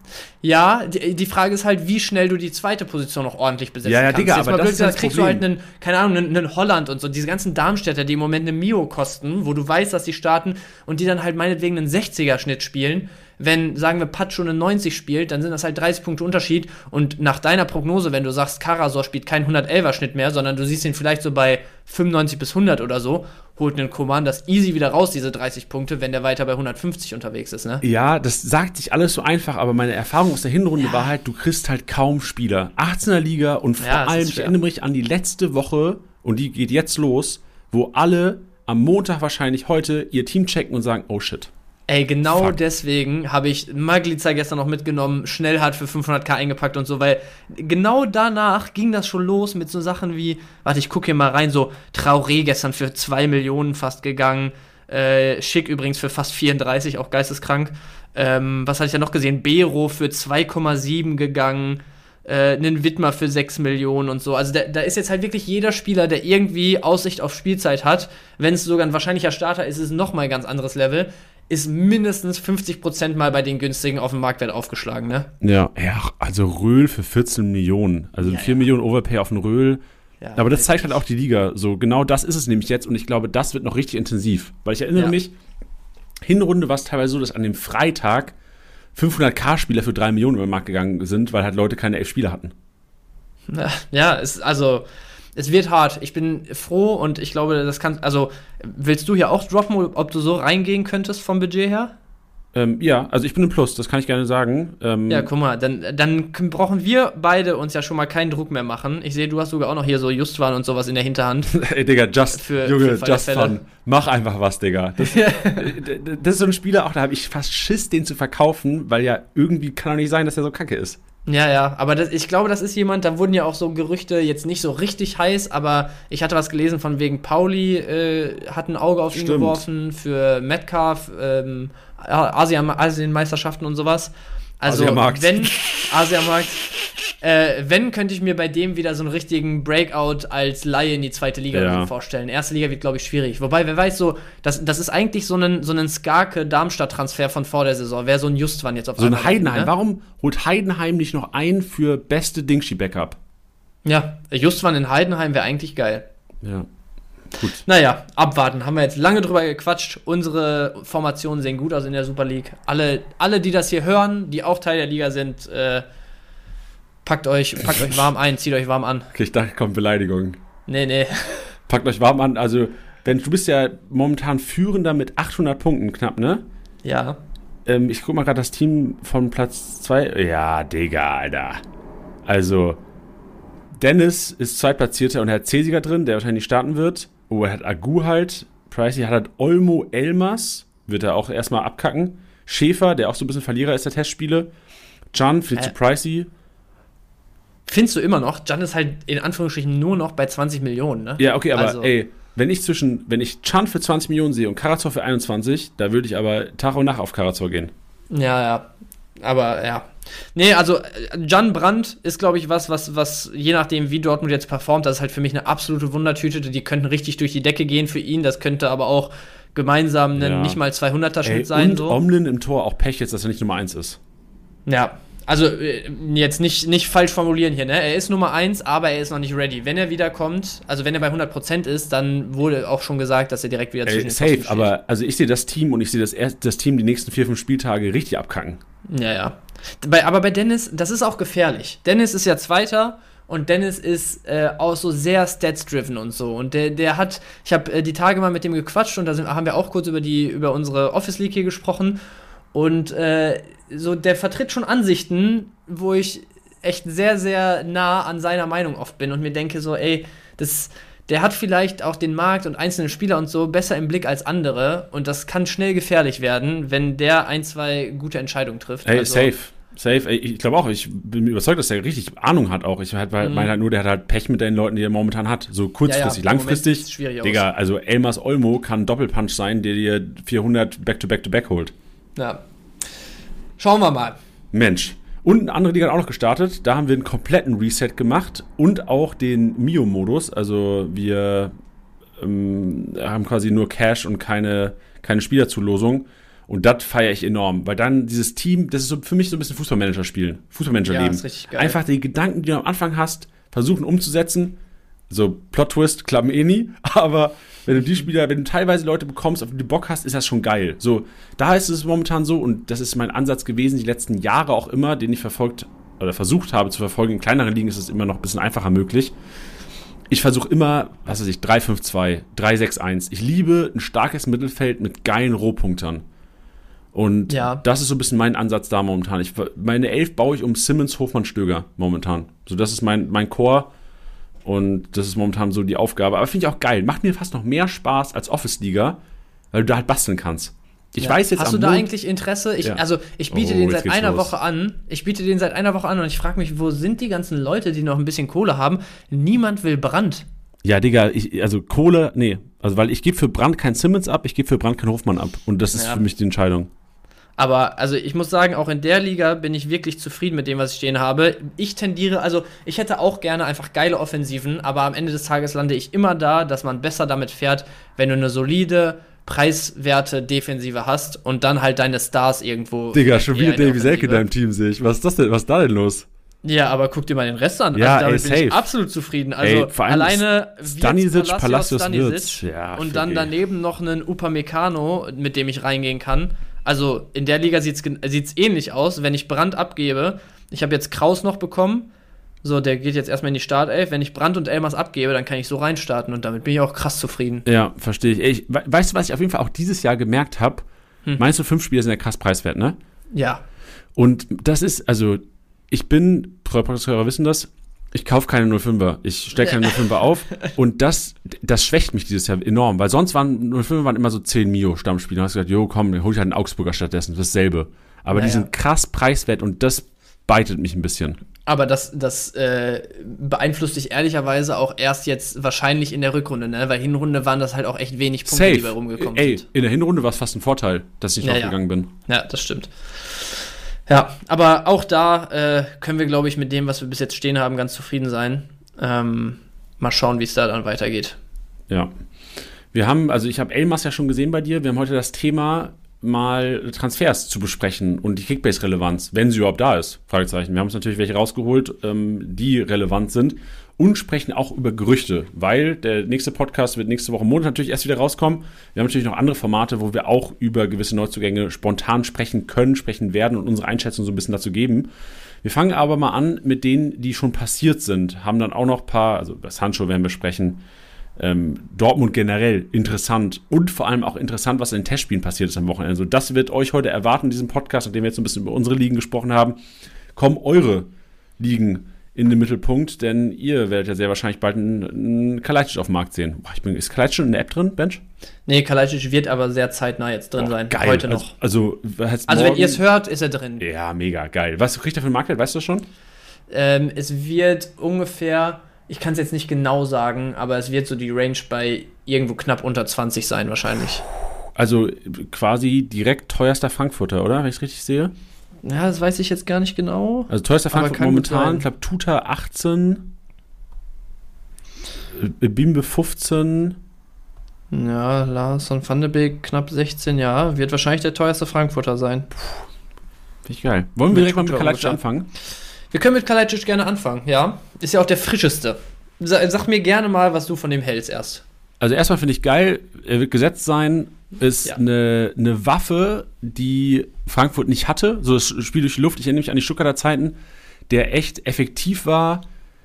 Ja, die Frage ist halt, wie schnell du die zweite Position noch ordentlich besetzen kannst. Digga, aber das ist das kriegst Problem. Du halt einen Holland und so, diese ganzen Darmstädter, die im Moment eine Mio kosten, wo du weißt, dass die starten und die dann halt meinetwegen einen 60er-Schnitt spielen. Wenn, sagen wir, Pacho eine 90 spielt, dann sind das halt 30 Punkte Unterschied und nach deiner Prognose, wenn du sagst, Karazor spielt keinen 111er-Schnitt mehr, sondern du siehst ihn vielleicht so bei 95 bis 100 oder so, holt einen Coman das easy wieder raus, diese 30 Punkte, wenn der weiter bei 150 unterwegs ist, ne? Ja, das sagt sich alles so einfach, aber meine Erfahrung aus der Hinrunde war halt, du kriegst halt kaum Spieler. 18er Liga und vor allem, ich erinnere mich an die letzte Woche, und die geht jetzt los, wo alle am Montag wahrscheinlich heute ihr Team checken und sagen, oh shit. Ey, genau Fuck. Deswegen habe ich Maglica gestern noch mitgenommen, schnell hat für 500k eingepackt und so, weil genau danach ging das schon los mit so Sachen wie, warte, ich gucke hier mal rein, so Traoré gestern für 2 Millionen fast gegangen, Schick übrigens für fast 34, auch geisteskrank. Was hatte ich da noch gesehen? Bero für 2,7 gegangen, einen Widmer für 6 Millionen und so. Also da ist jetzt halt wirklich jeder Spieler, der irgendwie Aussicht auf Spielzeit hat, wenn es sogar ein wahrscheinlicher Starter ist, ist es nochmal ein ganz anderes Level, ist mindestens 50% mal bei den günstigen auf dem Marktwert aufgeschlagen, ne? Ja, also Röhl für 14 Millionen. Also 4 Millionen Overpay auf den Röhl. Ja, aber das zeigt halt auch die Liga. So, genau das ist es nämlich jetzt. Und ich glaube, das wird noch richtig intensiv. Weil ich erinnere mich, Hinrunde war es teilweise so, dass an dem Freitag 500k-Spieler für 3 Millionen über den Markt gegangen sind, weil halt Leute keine 11 Spieler hatten. Ja, es wird hart. Ich bin froh und ich glaube, das kann. Also, willst du hier auch droppen, ob du so reingehen könntest vom Budget her? Ja, also ich bin im Plus, das kann ich gerne sagen. Ja, guck mal, dann brauchen wir beide uns ja schon mal keinen Druck mehr machen. Ich sehe, du hast sogar auch noch hier so Justwan und sowas in der Hinterhand. Ey, Digga, just fun. Mach einfach was, Digga. Das ist so ein Spieler, auch da habe ich fast Schiss, den zu verkaufen, weil ja irgendwie kann doch nicht sein, dass er so kacke ist. Ja, aber ich glaube, das ist jemand, da wurden ja auch so Gerüchte jetzt nicht so richtig heiß, aber ich hatte was gelesen von wegen Pauli hat ein Auge auf ihn geworfen für Metcalf, Asienmeisterschaften und sowas. Also Asiamarkt. Wenn könnte ich mir bei dem wieder so einen richtigen Breakout als Laie in die zweite Liga vorstellen. Erste Liga wird, glaube ich, schwierig. Wobei, wer weiß, so, das ist eigentlich so ein Skarke-Darmstadt-Transfer von vor der Saison. Wäre so ein Justwan jetzt auf einmal. So ein Heidenheim. Ne? Warum holt Heidenheim nicht noch ein für beste Dingschi-Backup? Ja, Justwan in Heidenheim wäre eigentlich geil. Ja. Gut. Naja, abwarten. Haben wir jetzt lange drüber gequatscht. Unsere Formationen sehen gut aus in der Super League. Alle, die das hier hören, die auch Teil der Liga sind, packt euch warm ein, zieht euch warm an. Okay, ich dachte, kommt Beleidigung. Nee. Packt euch warm an. Also, du bist ja momentan Führender mit 800 Punkten knapp, ne? Ja. Ich guck mal gerade das Team von Platz 2. Ja, Digga, Alter. Also, Dennis ist Zweitplatzierter und er hat C-Sieger drin, der wahrscheinlich starten wird. Oh, er hat Agu halt. Pricey hat halt Olmo Elmas. Wird er auch erstmal abkacken. Schäfer, der auch so ein bisschen Verlierer ist der Testspiele. Can fliegt zu Pricey. Findest du immer noch? Can ist halt in Anführungsstrichen nur noch bei 20 Millionen, ne? Ja, okay, aber wenn ich Can für 20 Millionen sehe und Karazor für 21, da würde ich aber Tag und Nacht auf Karazor gehen. Ja. Aber ja. Nee, also Can Brandt ist, glaube ich, was je nachdem, wie Dortmund jetzt performt, das ist halt für mich eine absolute Wundertüte. Die könnten richtig durch die Decke gehen für ihn. Das könnte aber auch gemeinsam nicht mal 200er-Schnitt sein. Und so. Omlin im Tor, auch Pech jetzt, dass er nicht Nummer 1 ist. Ja, also jetzt nicht falsch formulieren hier, ne? Er ist Nummer 1, aber er ist noch nicht ready. Wenn er wiederkommt, also wenn er bei 100% ist, dann wurde auch schon gesagt, dass er direkt wieder zwischen den Posten steht. Aber also ich sehe das Team und ich sehe das Team die nächsten 4-5 Spieltage richtig abkacken. Ja. Aber bei Dennis, das ist auch gefährlich. Dennis ist ja Zweiter und Dennis ist auch so sehr stats-driven und so. Und der hat, ich habe die Tage mal mit dem gequatscht und da haben wir auch kurz über unsere Office League hier gesprochen. Und so, der vertritt schon Ansichten, wo ich echt sehr, sehr nah an seiner Meinung oft bin und mir denke so, der hat vielleicht auch den Markt und einzelne Spieler und so besser im Blick als andere und das kann schnell gefährlich werden, wenn der 1-2 gute Entscheidungen trifft. Ey, also, safe. Ey, ich glaube auch, ich bin überzeugt, dass der richtig Ahnung hat auch. Ich meine halt nur, der hat halt Pech mit den Leuten, die er momentan hat. So kurzfristig, langfristig. Schwierig Digga, also Elmas Olmo kann ein Doppelpunch sein, der dir 400 Back-to-Back-to-Back holt. Ja. Schauen wir mal. Mensch. Und eine andere Liga hat auch noch gestartet. Da haben wir einen kompletten Reset gemacht und auch den Mio-Modus. Also wir haben quasi nur Cash und keine Spielerzulosung. Und das feiere ich enorm. Weil dann dieses Team, das ist so für mich so ein bisschen Fußballmanager spielen. Fußballmanager-Leben. Ja, ist richtig geil. Einfach die Gedanken, die du am Anfang hast, versuchen umzusetzen. So Plot-Twist klappen nie. Aber wenn du teilweise Leute bekommst, auf die du Bock hast, ist das schon geil. So, da ist es momentan so, und das ist mein Ansatz gewesen, die letzten Jahre auch immer, den ich verfolgt oder versucht habe zu verfolgen. In kleineren Ligen ist es immer noch ein bisschen einfacher möglich. Ich versuche immer, 3-5-2, 3-6-1. Ich liebe ein starkes Mittelfeld mit geilen Rohpunktern. Und das ist so ein bisschen mein Ansatz da momentan. Meine 11 baue ich um Simmons, Hofmann, Stöger momentan. So, das ist mein Core. Und das ist momentan so die Aufgabe. Aber finde ich auch geil. Macht mir fast noch mehr Spaß als Office-Liga, weil du da halt basteln kannst. Ich weiß jetzt Hast du da eigentlich Interesse? Ich biete den seit einer Woche an. Und ich frage mich, wo sind die ganzen Leute, die noch ein bisschen Kohle haben? Niemand will Brandt. Ja, Digga, Kohle, nee. Also, weil ich gebe für Brandt keinen Simmons ab, ich gebe für Brandt keinen Hofmann ab. Und das ist für mich die Entscheidung. Aber, also ich muss sagen, auch in der Liga bin ich wirklich zufrieden mit dem, was ich stehen habe. Ich hätte auch gerne einfach geile Offensiven, aber am Ende des Tages lande ich immer da, dass man besser damit fährt, wenn du eine solide, preiswerte Defensive hast und dann halt deine Stars irgendwo. Digga, schon wieder Davy Selke in deinem Team sehe ich. Was ist das denn? Was ist da denn los? Ja, aber guck dir mal den Rest an. Ja, also damit bin ich absolut zufrieden. Also vor allem alleine Stanisic, Palacios, Wirtz. Ja, und dann daneben noch einen Upamecano, mit dem ich reingehen kann. Also in der Liga sieht's ähnlich aus. Wenn ich Brandt abgebe, ich habe jetzt Kraus noch bekommen, so, der geht jetzt erstmal in die Startelf. Wenn ich Brandt und Elmas abgebe, dann kann ich so reinstarten und damit bin ich auch krass zufrieden. Ja, verstehe ich. Weißt du, was ich auf jeden Fall auch dieses Jahr gemerkt habe? Meinst du, 5 Spieler sind ja krass preiswert, ne? Ja. Und das ist, also, ich bin, treue Podcast-Hörer wissen das, ich kaufe keine 05er. Ich stelle keine 05er auf. Und das schwächt mich dieses Jahr enorm, weil sonst 05er waren immer so 10 Mio Stammspieler. Da hast du gesagt, jo, komm, hol ich halt einen Augsburger stattdessen. Dasselbe. Aber die sind krass preiswert und das beitet mich ein bisschen. Aber das beeinflusst dich ehrlicherweise auch erst jetzt wahrscheinlich in der Rückrunde, ne? Weil Hinrunde waren das halt auch echt wenig Punkte, die bei rumgekommen sind. In der Hinrunde war es fast ein Vorteil, dass ich nicht aufgegangen bin. Ja, das stimmt. Ja, aber auch da können wir, glaube ich, mit dem, was wir bis jetzt stehen haben, ganz zufrieden sein. Mal schauen, wie es da dann weitergeht. Ja. Ich habe Elmas ja schon gesehen bei dir. Wir haben heute das Thema, mal Transfers zu besprechen und die Kickbase-Relevanz, wenn sie überhaupt da ist. Fragezeichen. Wir haben uns natürlich welche rausgeholt, die relevant sind und sprechen auch über Gerüchte, weil der nächste Podcast wird nächste Woche Montag natürlich erst wieder rauskommen. Wir haben natürlich noch andere Formate, wo wir auch über gewisse Neuzugänge spontan sprechen können, sprechen werden und unsere Einschätzung so ein bisschen dazu geben. Wir fangen aber mal an mit denen, die schon passiert sind. Haben dann auch noch ein paar, also das Sancho werden wir sprechen, Dortmund generell interessant und vor allem auch interessant, was in den Testspielen passiert ist am Wochenende. Also das wird euch heute erwarten in diesem Podcast, nachdem wir jetzt ein bisschen über unsere Ligen gesprochen haben. Kommen eure Ligen in den Mittelpunkt, denn ihr werdet ja sehr wahrscheinlich bald einen Kalajdzic auf dem Markt sehen. Ist Kalajdzic schon in der App drin, Bench? Nee, Kalajdzic wird aber sehr zeitnah jetzt drin sein. Geil. Heute noch. Also wenn ihr es hört, ist er drin. Ja, mega geil. Was kriegt er für einen Marktwert, weißt du das schon? Es wird ungefähr, ich kann es jetzt nicht genau sagen, aber es wird so die Range bei irgendwo knapp unter 20 sein wahrscheinlich. Also quasi direkt teuerster Frankfurter, oder? Wenn ich es richtig sehe? Ja, das weiß ich jetzt gar nicht genau. Also teuerster Frankfurter momentan, ich glaube Tuta 18, Bimbe 15. Ja, Larsson van de Beek knapp 16, ja. Wird wahrscheinlich der teuerste Frankfurter sein. Finde ich geil. Wollen wir direkt mal mit Kalajdzic anfangen? Wir können mit Kalajdzic gerne anfangen, ja. Ist ja auch der frischeste. Sag mir gerne mal, was du von dem hältst erst. Also erstmal finde ich geil, er wird gesetzt sein, ist eine Waffe, die Frankfurt nicht hatte. So das Spiel durch die Luft, ich erinnere mich an die Stuttgarter Zeiten, der echt effektiv war.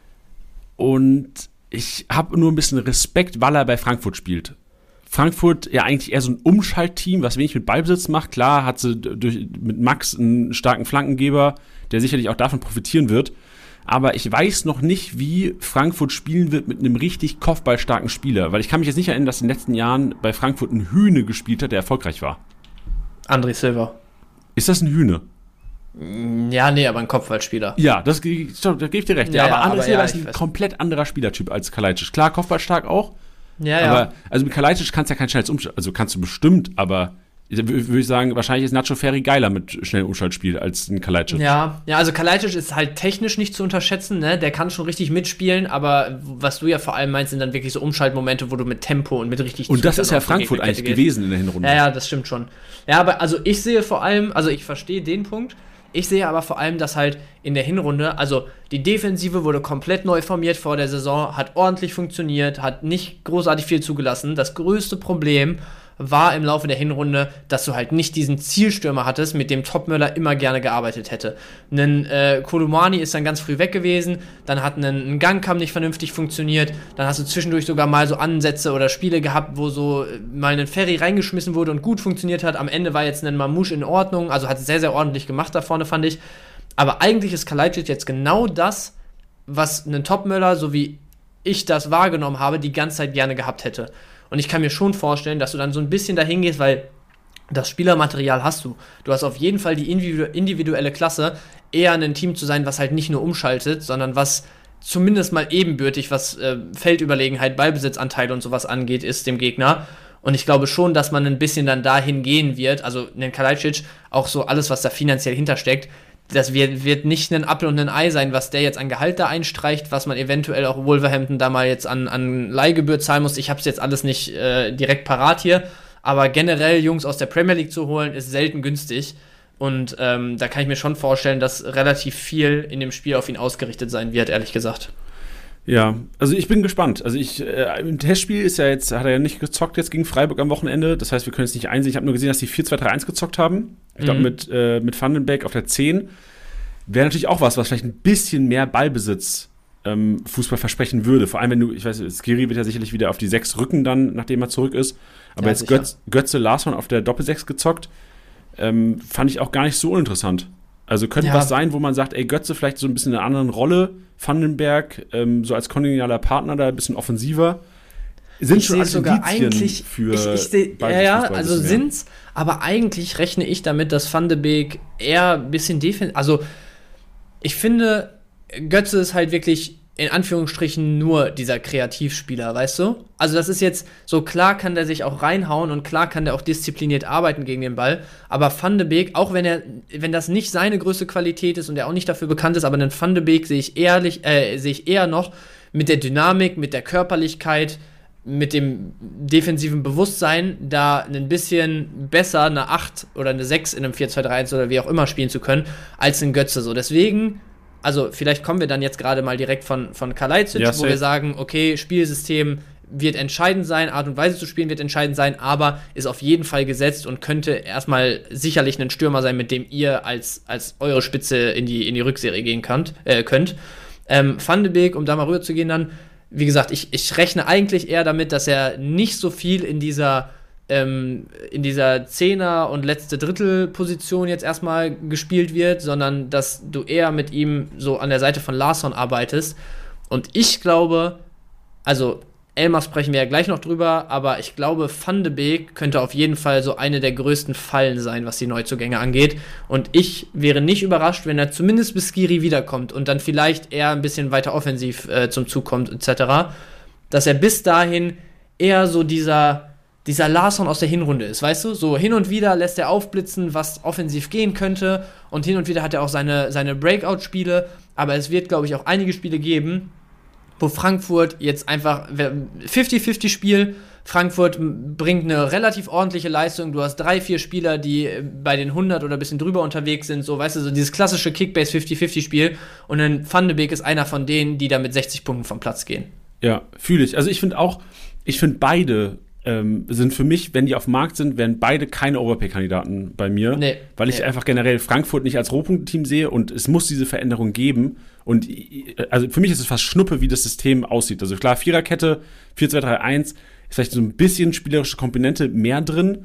Und ich habe nur ein bisschen Respekt, weil er bei Frankfurt spielt. Frankfurt ja eigentlich eher so ein Umschaltteam, was wenig mit Ballbesitz macht. Klar hat sie mit Max einen starken Flankengeber, der sicherlich auch davon profitieren wird. Aber ich weiß noch nicht, wie Frankfurt spielen wird mit einem richtig kopfballstarken Spieler. Weil ich kann mich jetzt nicht erinnern, dass in den letzten Jahren bei Frankfurt ein Hühne gespielt hat, der erfolgreich war. André Silva. Ist das ein Hühne? Ja, nee, aber ein Kopfballspieler. Ja, da gebe ich dir recht. Ja, aber André Silva ist ein komplett anderer Spielertyp als Kalajdzic. Klar, kopfballstark auch. Ja, aber also mit Kalajdzic kannst du ja kein schnelles Umschalt, also kannst du bestimmt, aber würde ich sagen, wahrscheinlich ist Nacho Ferri geiler mit schnellem Umschaltspiel als ein Kalajdzic. Ja, also Kalajdzic ist halt technisch nicht zu unterschätzen, ne? Der kann schon richtig mitspielen, aber was du ja vor allem meinst, sind dann wirklich so Umschaltmomente, wo du mit Tempo und mit richtig Und das ist ja Frankfurt eigentlich gewesen in der Hinrunde. Ja, das stimmt schon. Ja, aber also ich sehe vor allem, also ich verstehe den Punkt, ich sehe aber vor allem, dass halt in der Hinrunde, also die Defensive wurde komplett neu formiert vor der Saison, hat ordentlich funktioniert, hat nicht großartig viel zugelassen. Das größte Problem war im Laufe der Hinrunde, dass du halt nicht diesen Zielstürmer hattest, mit dem Topmöller immer gerne gearbeitet hätte. Ein Kolumani ist dann ganz früh weg gewesen, dann hat ein Gangkamp nicht vernünftig funktioniert, dann hast du zwischendurch sogar mal so Ansätze oder Spiele gehabt, wo so mal ein Ferry reingeschmissen wurde und gut funktioniert hat. Am Ende war jetzt ein Mamouche in Ordnung, also hat es sehr, sehr ordentlich gemacht da vorne, fand ich. Aber eigentlich ist Kalajdzic jetzt genau das, was ein Topmöller sowie ich das wahrgenommen habe, die ganze Zeit gerne gehabt hätte. Und ich kann mir schon vorstellen, dass du dann so ein bisschen dahin gehst, weil das Spielermaterial hast du. Du hast auf jeden Fall die individuelle Klasse, eher ein Team zu sein, was halt nicht nur umschaltet, sondern was zumindest mal ebenbürtig, was Feldüberlegenheit, Ballbesitzanteile und sowas angeht, ist dem Gegner. Und ich glaube schon, dass man ein bisschen dann dahin gehen wird, also einen Kalajdzic, auch so alles, was da finanziell hintersteckt, das wird nicht ein Apfel und ein Ei sein, was der jetzt an Gehalt da einstreicht, was man eventuell auch Wolverhampton da mal jetzt an Leihgebühr zahlen muss. Ich habe es jetzt alles nicht direkt parat hier, aber generell Jungs aus der Premier League zu holen, ist selten günstig. Und da kann ich mir schon vorstellen, dass relativ viel in dem Spiel auf ihn ausgerichtet sein wird, ehrlich gesagt. Ja, also ich bin gespannt. Also im Testspiel hat er ja nicht gezockt jetzt gegen Freiburg am Wochenende. Das heißt, wir können es nicht einsehen. Ich habe nur gesehen, dass die 4-2-3-1 gezockt haben. Ich glaube, mit Van den Beek auf der 10. Wäre natürlich auch was vielleicht ein bisschen mehr Ballbesitz Fußball versprechen würde. Vor allem, wenn du, ich weiß, Skiri wird ja sicherlich wieder auf die 6 rücken dann, nachdem er zurück ist. Aber ja, jetzt Götze Larsson auf der Doppel-6 gezockt, fand ich auch gar nicht so uninteressant. Also könnte was sein, wo man sagt, ey, Götze vielleicht so ein bisschen in einer anderen Rolle, Vandenberg so als kongenialer Partner da ein bisschen offensiver. Sind schon alles sogar eigentlich für also sind's, aber eigentlich rechne ich damit, dass Van de Beek eher ein bisschen also ich finde, Götze ist halt wirklich in Anführungsstrichen nur dieser Kreativspieler, weißt du? Also das ist jetzt so, klar kann der sich auch reinhauen und klar kann der auch diszipliniert arbeiten gegen den Ball, aber Van de Beek, auch wenn das nicht seine größte Qualität ist und er auch nicht dafür bekannt ist, aber einen Van de Beek sehe ich eher noch mit der Dynamik, mit der Körperlichkeit, mit dem defensiven Bewusstsein, da ein bisschen besser eine 8 oder eine 6 in einem 4-2-3-1 oder wie auch immer spielen zu können, als ein Götze. So, deswegen, also vielleicht kommen wir dann jetzt gerade mal direkt von Kalajdzic, wo wir sagen, okay, Spielsystem wird entscheidend sein, Art und Weise zu spielen wird entscheidend sein, aber ist auf jeden Fall gesetzt und könnte erstmal sicherlich ein Stürmer sein, mit dem ihr als eure Spitze in die Rückserie gehen könnt. Van de Beek, um da mal rüber zu gehen dann, wie gesagt, ich rechne eigentlich eher damit, dass er nicht so viel in dieser Zehner- und letzte Drittel-Position jetzt erstmal gespielt wird, sondern dass du eher mit ihm so an der Seite von Larsson arbeitest. Und ich glaube, also Elmar sprechen wir ja gleich noch drüber, aber ich glaube, Van de Beek könnte auf jeden Fall so eine der größten Fallen sein, was die Neuzugänge angeht. Und ich wäre nicht überrascht, wenn er zumindest bis Skiri wiederkommt und dann vielleicht eher ein bisschen weiter offensiv zum Zug kommt, etc., dass er bis dahin eher so dieser Larsson aus der Hinrunde ist, weißt du? So hin und wieder lässt er aufblitzen, was offensiv gehen könnte, und hin und wieder hat er auch seine Breakout-Spiele, aber es wird, glaube ich, auch einige Spiele geben, wo Frankfurt jetzt einfach 50-50 Spiel, Frankfurt bringt eine relativ ordentliche Leistung, du hast 3-4 Spieler, die bei den 100 oder ein bisschen drüber unterwegs sind, so, weißt du, so dieses klassische Kickbase 50-50 Spiel, und dann Van de Beek ist einer von denen, die da mit 60 Punkten vom Platz gehen. Ja, fühle ich. Also ich finde beide sind für mich, wenn die auf dem Markt sind, wären beide keine Overpay-Kandidaten bei mir, weil ich einfach generell Frankfurt nicht als Rohpunkteteam sehe, und es muss diese Veränderung geben. Und also für mich ist es fast Schnuppe, wie das System aussieht. Also klar, Viererkette, 4-2-3-1, ist vielleicht so ein bisschen spielerische Komponente mehr drin,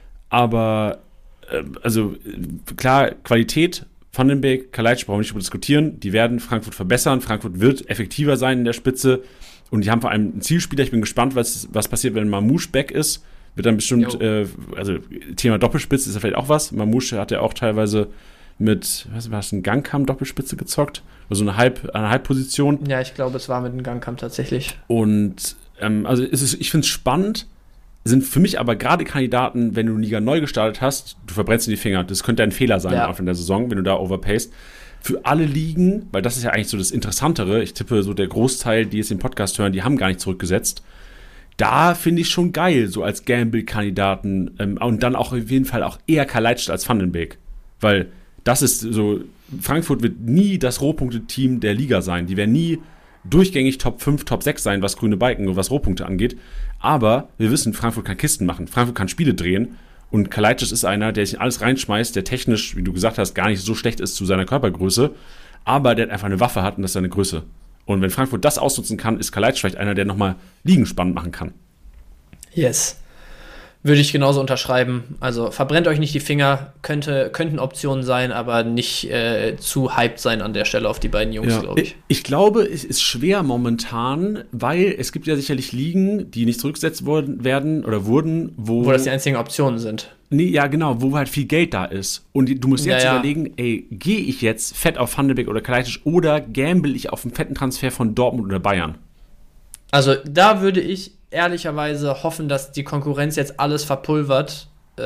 aber also klar, Qualität, Van den Beek, Kalajdzic, brauchen wir nicht darüber diskutieren, die werden Frankfurt verbessern, Frankfurt wird effektiver sein in der Spitze. Und die haben vor allem einen Zielspieler. Ich bin gespannt, was passiert, wenn Mamouche back ist. Wird dann bestimmt, also Thema Doppelspitze ist ja vielleicht auch was. Mamouche hat ja auch teilweise mit, was war das, ein Gangkamm-Doppelspitze gezockt. Also eine Halbposition. Ja, ich glaube, es war mit einem Gangkamm tatsächlich. Und also ich finde es spannend. Sind für mich aber gerade Kandidaten, wenn du Liga neu gestartet hast, du verbrennst dir die Finger. Das könnte ein Fehler sein auch in der Saison, wenn du da overpayst. Für alle Ligen, weil das ist ja eigentlich so das Interessantere, ich tippe so der Großteil, die jetzt den Podcast hören, die haben gar nicht zurückgesetzt. Da finde ich schon geil, so als Gamble-Kandidaten und dann auch auf jeden Fall auch eher Kalajdzic als Van den Beek. Weil das ist so, Frankfurt wird nie das Rohpunkte-Team der Liga sein. Die werden nie durchgängig Top 5, Top 6 sein, was grüne Balken und was Rohpunkte angeht. Aber wir wissen, Frankfurt kann Kisten machen, Frankfurt kann Spiele drehen. Und Kalajdzic ist einer, der sich alles reinschmeißt, der technisch, wie du gesagt hast, gar nicht so schlecht ist zu seiner Körpergröße, aber der einfach eine Waffe hat, und das ist seine Größe. Und wenn Frankfurt das ausnutzen kann, ist Kalajdzic vielleicht einer, der nochmal Ligen spannend machen kann. Yes. Würde ich genauso unterschreiben. Also verbrennt euch nicht die Finger, könnten Optionen sein, aber nicht zu hyped sein an der Stelle auf die beiden Jungs, glaube ich. Ich glaube, es ist schwer momentan, weil es gibt ja sicherlich Ligen, die nicht zurückgesetzt werden, wo das die einzigen Optionen sind. Nee, ja, genau, wo halt viel Geld da ist. Und du musst jetzt überlegen, gehe ich jetzt fett auf Van de Beek oder Kalajdzic oder gamble ich auf einen fetten Transfer von Dortmund oder Bayern? Also da würde ich ehrlicherweise hoffen, dass die Konkurrenz jetzt alles verpulvert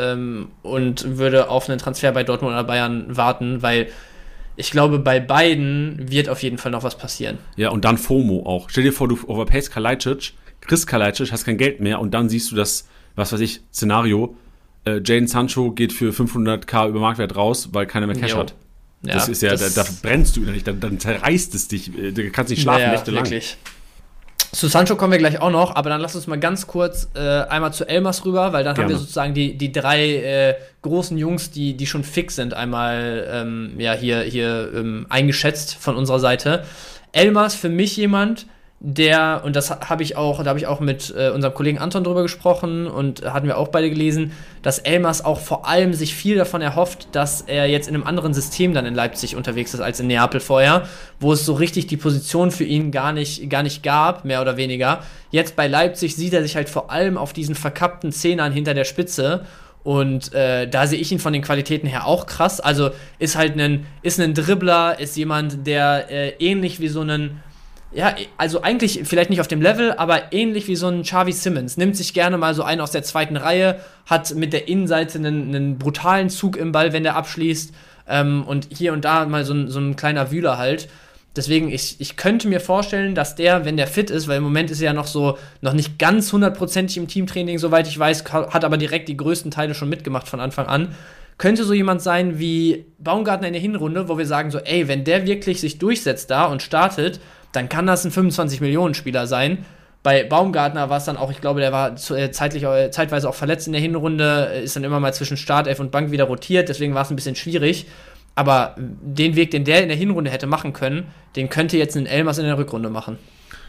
und würde auf einen Transfer bei Dortmund oder Bayern warten, weil ich glaube, bei beiden wird auf jeden Fall noch was passieren. Ja, und dann FOMO auch. Stell dir vor, du overpayst Kalajdzic, kriegst Kalajdzic, hast kein Geld mehr und dann siehst du das, was weiß ich, Szenario, Jadon Sancho geht für 500.000 über Marktwert raus, weil keiner mehr Cash hat. Ja, das ist ja, da brennst du innerlich, dann zerreißt es dich, du kannst nicht schlafen nächtelang. Wirklich. Zu Sancho kommen wir gleich auch noch, aber dann lass uns mal ganz kurz einmal zu Elmas rüber, weil dann haben wir sozusagen die drei großen Jungs, die schon fix sind, einmal hier eingeschätzt von unserer Seite. Elmas für mich jemand, und da habe ich auch mit unserem Kollegen Anton drüber gesprochen und hatten wir auch beide gelesen, dass Elmas auch vor allem sich viel davon erhofft, dass er jetzt in einem anderen System dann in Leipzig unterwegs ist als in Neapel vorher, wo es so richtig die Position für ihn gar nicht gab, mehr oder weniger. Jetzt bei Leipzig sieht er sich halt vor allem auf diesen verkappten Zehnern hinter der Spitze. Und da sehe ich ihn von den Qualitäten her auch krass. Also ist ein Dribbler, ist jemand, der ähnlich wie so einen, ja, also eigentlich vielleicht nicht auf dem Level, aber ähnlich wie so ein Xavi Simons. Nimmt sich gerne mal so einen aus der zweiten Reihe, hat mit der Innenseite einen brutalen Zug im Ball, wenn der abschließt. Und hier und da mal so ein kleiner Wühler halt. Deswegen, ich könnte mir vorstellen, dass der, wenn der fit ist, weil im Moment ist er ja noch nicht ganz 100%ig im Teamtraining, soweit ich weiß, hat aber direkt die größten Teile schon mitgemacht von Anfang an, könnte so jemand sein wie Baumgartner in der Hinrunde, wo wir sagen so, ey, wenn der wirklich sich durchsetzt da und startet, dann kann das ein 25-Millionen-Spieler sein. Bei Baumgartner war es dann auch, ich glaube, der war zeitweise auch verletzt in der Hinrunde, ist dann immer mal zwischen Startelf und Bank wieder rotiert, deswegen war es ein bisschen schwierig. Aber den Weg, den der in der Hinrunde hätte machen können, den könnte jetzt ein Elmas in der Rückrunde machen.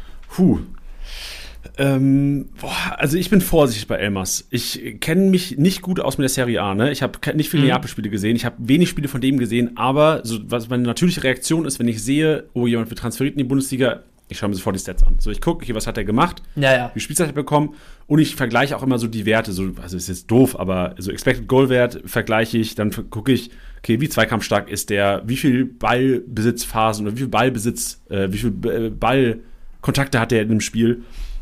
Also ich bin vorsichtig bei Elmas. Ich kenne mich nicht gut aus mit der Serie A. Ne? Ich habe nicht viele Neapel-Spiele gesehen. Ich habe wenig Spiele von dem gesehen. Aber was meine natürliche Reaktion ist, wenn ich sehe, jemand wird transferiert in die Bundesliga, ich schaue mir sofort die Stats an. So, ich gucke, okay, was hat er gemacht? Ja. Wie Spielzeit hat er bekommen? Und ich vergleiche auch immer so die Werte. Also ist jetzt doof, aber so Expected Goal-Wert vergleiche ich. Dann gucke ich, okay, wie zweikampfstark ist der? Wie viel Ballbesitzphasen oder wie viel Ballkontakte hat er in dem Spiel?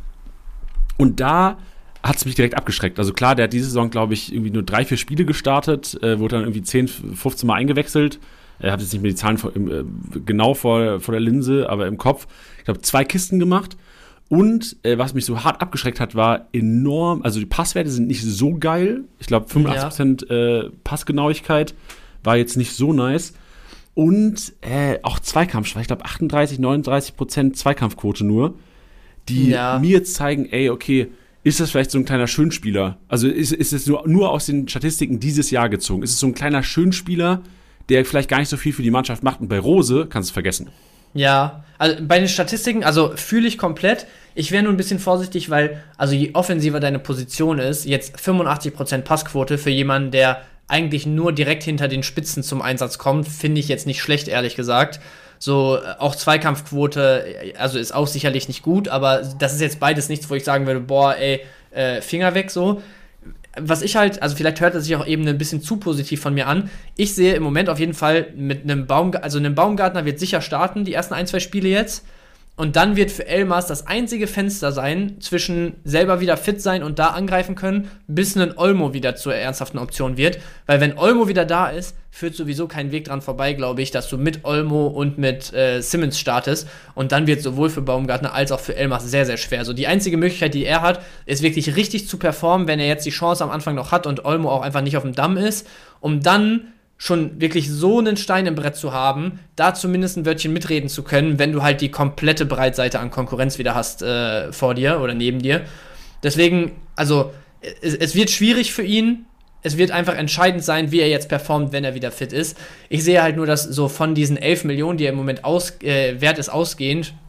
Und da hat es mich direkt abgeschreckt. Also klar, der hat diese Saison, glaube ich, irgendwie nur 3-4 Spiele gestartet, wurde dann irgendwie 10, 15 Mal eingewechselt. Er hat jetzt nicht mehr die Zahlen genau vor der Linse, aber im Kopf. Ich glaube, 2 Kisten gemacht. Und was mich so hart abgeschreckt hat, war enorm, also die Passwerte sind nicht so geil. Ich glaube, 85% Passgenauigkeit war jetzt nicht so nice. Und auch Zweikampf, ich glaube 38-39% Zweikampfquote nur, die mir jetzt zeigen, okay, ist das vielleicht so ein kleiner Schönspieler? Also ist es nur aus den Statistiken dieses Jahr gezogen? Ist es so ein kleiner Schönspieler, der vielleicht gar nicht so viel für die Mannschaft macht? Und bei Rose kannst du es vergessen. Ja, also bei den Statistiken, also fühle ich komplett. Ich wäre nur ein bisschen vorsichtig, weil, also je offensiver deine Position ist, jetzt 85% Passquote für jemanden, der eigentlich nur direkt hinter den Spitzen zum Einsatz kommt, finde ich jetzt nicht schlecht, ehrlich gesagt. So, auch Zweikampfquote, also ist auch sicherlich nicht gut, aber das ist jetzt beides nichts, wo ich sagen würde, Finger weg so. Was ich halt, also vielleicht hört es sich auch eben ein bisschen zu positiv von mir an. Ich sehe im Moment auf jeden Fall mit einem Baumgartner wird sicher starten, die ersten 1-2 Spiele jetzt. Und dann wird für Elmas das einzige Fenster sein, zwischen selber wieder fit sein und da angreifen können, bis ein Olmo wieder zur ernsthaften Option wird. Weil wenn Olmo wieder da ist, führt sowieso kein Weg dran vorbei, glaube ich, dass du mit Olmo und mit Simons startest. Und dann wird sowohl für Baumgartner als auch für Elmas sehr, sehr schwer. Also die einzige Möglichkeit, die er hat, ist wirklich richtig zu performen, wenn er jetzt die Chance am Anfang noch hat und Olmo auch einfach nicht auf dem Damm ist, um dann schon wirklich so einen Stein im Brett zu haben, da zumindest ein Wörtchen mitreden zu können, wenn du halt die komplette Breitseite an Konkurrenz wieder hast vor dir oder neben dir. Deswegen, also es wird schwierig für ihn. Es wird einfach entscheidend sein, wie er jetzt performt, wenn er wieder fit ist. Ich sehe halt nur, dass so von diesen 11 Millionen, die er im Moment wert ist, ausgehend,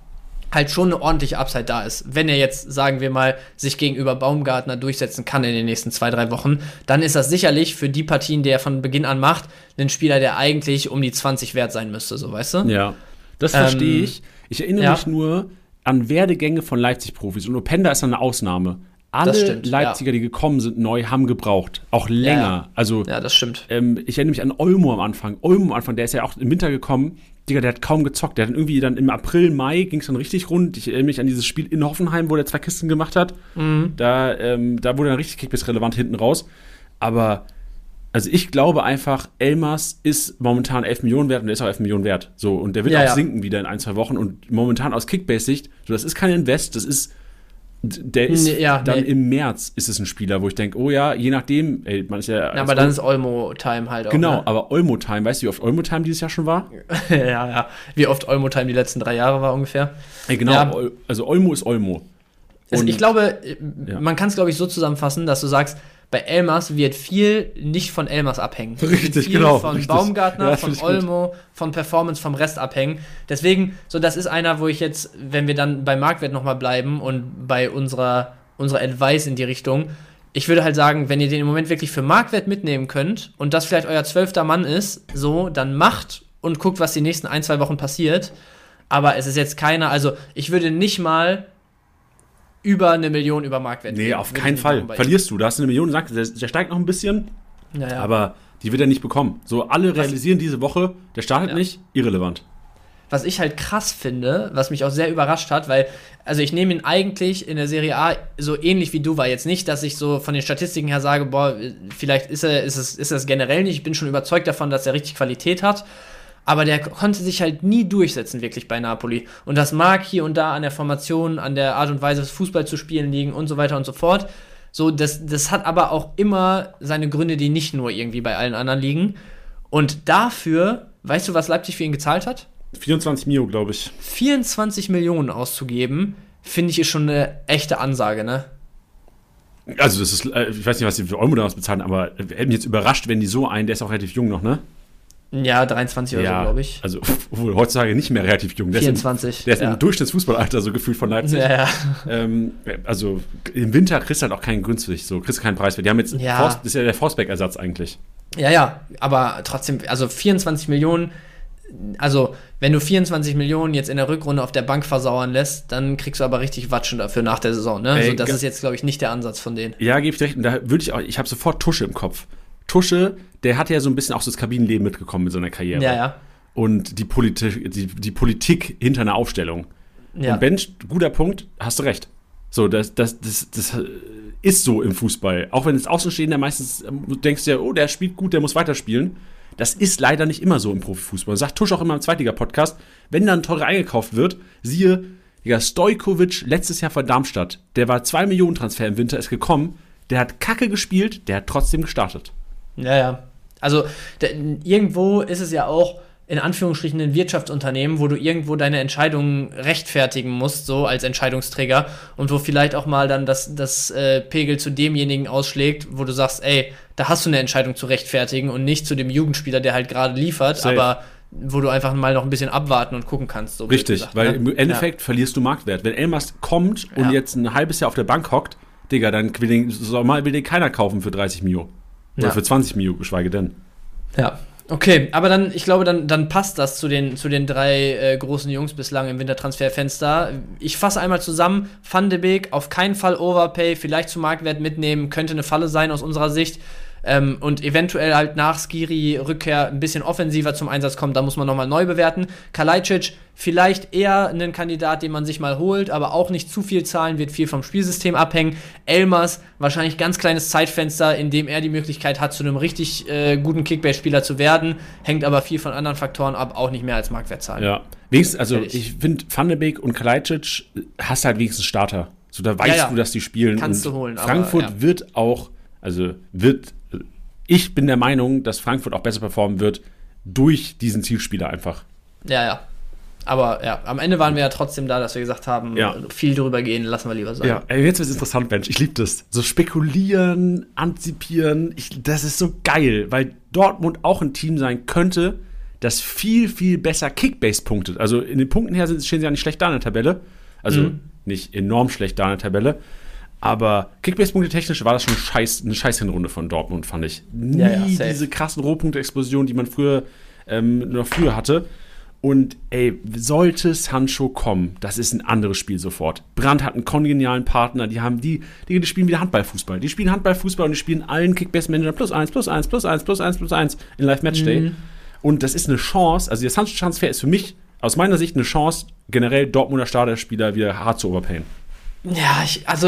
halt schon eine ordentliche Upside da ist. Wenn er jetzt, sagen wir mal, sich gegenüber Baumgartner durchsetzen kann in den nächsten 2-3 Wochen, dann ist das sicherlich für die Partien, die er von Beginn an macht, ein Spieler, der eigentlich um die 20 wert sein müsste, so, weißt du? Ja, das verstehe ich. Ich erinnere mich nur an Werdegänge von Leipzig-Profis und Openda ist eine Ausnahme. Alle Leipziger, die gekommen sind, neu, haben gebraucht. Auch länger. Ja. Also, ja, das stimmt. Ich erinnere mich an Olmo am Anfang. Der ist ja auch im Winter gekommen. Digga, der hat kaum gezockt. Der hat dann irgendwie dann im April, Mai ging es dann richtig rund. Ich erinnere mich an dieses Spiel in Hoffenheim, wo der 2 Kisten gemacht hat. Mhm. Da wurde dann richtig Kickbase-relevant hinten raus. Aber, also ich glaube einfach, Elmas ist momentan 11 Millionen wert und der ist auch 11 Millionen wert. So, und der wird auch sinken wieder in 1-2 Wochen. Und momentan aus Kickbase-Sicht, so, das ist kein Invest, das ist im März ist es ein Spieler, wo ich denke, oh ja, je nachdem, man ist ja. Aber dann ist Olmo-Time halt auch. Genau, ne? aber Olmo-Time, weißt du, wie oft Olmo-Time dieses Jahr schon war? ja. Wie oft Olmo-Time die letzten 3 Jahre war ungefähr. Genau, ja. Also Olmo ist Olmo. Ich glaube, man kann es, glaube ich, so zusammenfassen, dass du sagst, bei Elmas wird viel nicht von Elmas abhängen. Richtig, viel genau. Von richtig. Baumgartner, von Olmo, von Performance, vom Rest abhängen. Deswegen, so das ist einer, wo ich jetzt, wenn wir dann bei Marktwert nochmal bleiben und bei unserer Advice in die Richtung, ich würde halt sagen, wenn ihr den im Moment wirklich für Marktwert mitnehmen könnt und das vielleicht euer 12. Mann ist, so, dann macht und guckt, was die nächsten 1-2 Wochen passiert. Aber es ist jetzt keiner, also ich würde nicht mal über 1 Million über Marktwert. Nee, auf keinen Fall. Verlierst du. Da hast du 1 Million, der steigt noch ein bisschen, aber die wird er nicht bekommen. So, alle realisieren diese Woche, der startet nicht, irrelevant. Was ich halt krass finde, was mich auch sehr überrascht hat, weil, also ich nehme ihn eigentlich in der Serie A so ähnlich wie du, war jetzt nicht, dass ich so von den Statistiken her sage, boah, vielleicht ist es generell nicht, ich bin schon überzeugt davon, dass er richtig Qualität hat, aber der konnte sich halt nie durchsetzen, wirklich bei Napoli. Und das mag hier und da an der Formation, an der Art und Weise, Fußball zu spielen liegen und so weiter und so fort. So, das hat aber auch immer seine Gründe, die nicht nur irgendwie bei allen anderen liegen. Und dafür, weißt du, was Leipzig für ihn gezahlt hat? 24 Mio, glaube ich. 24 Millionen auszugeben, finde ich, ist schon eine echte Ansage, ne? Also, das ist, ich weiß nicht, was die für Olmo damals bezahlen, aber hätte mich jetzt überrascht, wenn die so einen, der ist auch relativ jung noch, ne? Ja, 23 oder so, glaube ich. Also, obwohl heutzutage nicht mehr relativ jung. 24. Der ist im Durchschnittsfußballalter so gefühlt von Leipzig. Ja. Also, im Winter kriegst du halt auch keinen günstig, so kriegst du keinen Preis. Die haben jetzt, das ist ja der Forsberg-Ersatz eigentlich. Ja, aber trotzdem, also 24 Millionen, also wenn du 24 Millionen jetzt in der Rückrunde auf der Bank versauern lässt, dann kriegst du aber richtig Watschen dafür nach der Saison, ne? Also das ist jetzt, glaube ich, nicht der Ansatz von denen. Ja, gebe ich dir recht. Und da würde ich habe sofort Tusche im Kopf. Tusche, der hat ja so ein bisschen auch so das Kabinenleben mitgekommen mit so einer Karriere. Ja. Und die Politik hinter einer Aufstellung. Ja. Und Bench, guter Punkt, hast du recht. So, das ist so im Fußball. Auch wenn es Außenstehender meistens denkst du ja, oh, der spielt gut, der muss weiterspielen. Das ist leider nicht immer so im Profifußball. Das sagt Tusch auch immer im Zweitliga-Podcast. Wenn dann teurer eingekauft wird, siehe, Stojkovic letztes Jahr vor Darmstadt. Der war 2 Millionen Transfer im Winter, ist gekommen. Der hat Kacke gespielt, der hat trotzdem gestartet. Ja. Also irgendwo ist es ja auch in Anführungsstrichen ein Wirtschaftsunternehmen, wo du irgendwo deine Entscheidungen rechtfertigen musst, so als Entscheidungsträger, und wo vielleicht auch mal dann das Pegel zu demjenigen ausschlägt, wo du sagst, ey, da hast du eine Entscheidung zu rechtfertigen und nicht zu dem Jugendspieler, der halt gerade liefert, Safe. Aber wo du einfach mal noch ein bisschen abwarten und gucken kannst. So richtig, gesagt, weil ne? Im Endeffekt verlierst du Marktwert. Wenn Elmas kommt und jetzt ein halbes Jahr auf der Bank hockt, Digga, dann will den keiner kaufen für 30 Mio. Oder für 20 Mio, geschweige denn. Ja. Okay, aber dann, ich glaube, dann passt das zu den 3 großen Jungs bislang im Wintertransferfenster. Ich fasse einmal zusammen: Van de Beek, auf keinen Fall Overpay, vielleicht zu Marktwert mitnehmen, könnte eine Falle sein aus unserer Sicht. Und eventuell halt nach Skiri-Rückkehr ein bisschen offensiver zum Einsatz kommt, da muss man nochmal neu bewerten. Kalajdzic, vielleicht eher ein Kandidat, den man sich mal holt, aber auch nicht zu viel zahlen, wird viel vom Spielsystem abhängen. Elmas, wahrscheinlich ganz kleines Zeitfenster, in dem er die Möglichkeit hat, zu einem richtig guten Kickbase-Spieler zu werden, hängt aber viel von anderen Faktoren ab, auch nicht mehr als Marktwert zahlen. Ja, wenigstens, also ich finde, Van de Beek und Kalajdzic hast halt wenigstens Starter. So, da weißt du, dass die spielen. Kannst du holen. Frankfurt aber, wird auch, ich bin der Meinung, dass Frankfurt auch besser performen wird durch diesen Zielspieler einfach. Ja. Aber am Ende waren wir ja trotzdem da, dass wir gesagt haben, viel drüber gehen, lassen wir lieber sein. Ja, jetzt wird es interessant, Mensch. Ich liebe das. So spekulieren, antizipieren, das ist so geil, weil Dortmund auch ein Team sein könnte, das viel, viel besser Kickbase punktet. Also in den Punkten her stehen sie ja nicht schlecht da in der Tabelle. Also nicht enorm schlecht da in der Tabelle. Aber Kickbase-Punkte technisch war das schon eine scheiß Hinrunde von Dortmund, fand ich. Nie diese krassen Rohpunkte-Explosionen, die man früher hatte. Und sollte Sancho kommen, das ist ein anderes Spiel sofort. Brandt hat einen kongenialen Partner, die spielen wieder Handballfußball. Die spielen Handballfußball und die spielen allen Kickbase-Manager +1 in Live-Matchday. Und das ist eine Chance, also der Sancho-Transfer ist für mich aus meiner Sicht eine Chance, generell Dortmunder Starterspieler wieder hart zu overpayen. Ja,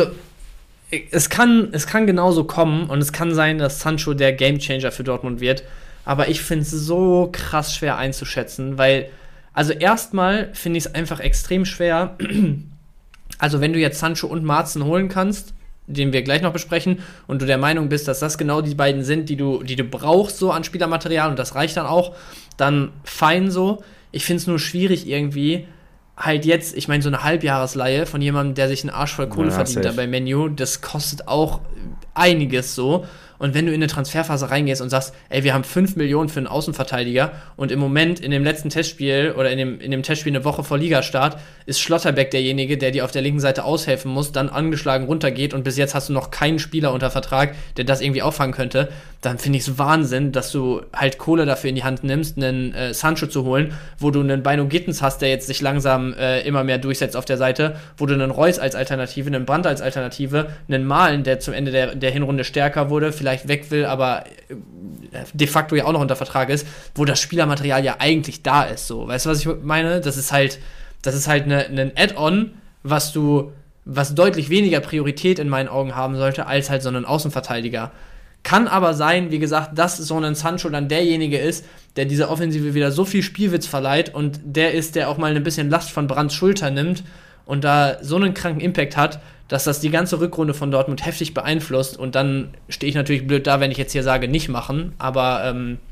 es kann genauso kommen und es kann sein, dass Sancho der Gamechanger für Dortmund wird, aber ich finde es so krass schwer einzuschätzen, weil, also erstmal finde ich es einfach extrem schwer, also wenn du jetzt Sancho und Marzen holen kannst, den wir gleich noch besprechen, und du der Meinung bist, dass das genau die beiden sind, die du brauchst so an Spielermaterial und das reicht dann auch, dann fein so. Ich finde es nur schwierig irgendwie, halt jetzt, ich meine, so eine Halbjahresleihe von jemandem, der sich einen Arsch voll Kohle verdient da bei Menu, das kostet auch einiges so. Und wenn du in eine Transferphase reingehst und sagst, wir haben 5 Millionen für einen Außenverteidiger und im Moment in dem letzten Testspiel oder in dem Testspiel eine Woche vor Ligastart ist Schlotterbeck derjenige, der dir auf der linken Seite aushelfen muss, dann angeschlagen runtergeht und bis jetzt hast du noch keinen Spieler unter Vertrag, der das irgendwie auffangen könnte, dann finde ich es Wahnsinn, dass du halt Kohle dafür in die Hand nimmst, einen Sancho zu holen, wo du einen Bino Gittens hast, der jetzt sich langsam immer mehr durchsetzt auf der Seite, wo du einen Reus als Alternative, einen Brandt als Alternative, einen Malen, der zum Ende der Hinrunde stärker wurde, vielleicht weg will, aber de facto ja auch noch unter Vertrag ist, wo das Spielermaterial ja eigentlich da ist. So. Weißt du, was ich meine? Das ist halt ein Add-on, was deutlich weniger Priorität in meinen Augen haben sollte, als halt so einen Außenverteidiger. Kann aber sein, wie gesagt, dass so ein Sancho dann derjenige ist, der dieser Offensive wieder so viel Spielwitz verleiht und der ist, der auch mal ein bisschen Last von Brandts Schulter nimmt und da so einen kranken Impact hat, dass das die ganze Rückrunde von Dortmund heftig beeinflusst. Und dann stehe ich natürlich blöd da, wenn ich jetzt hier sage, nicht machen. Aber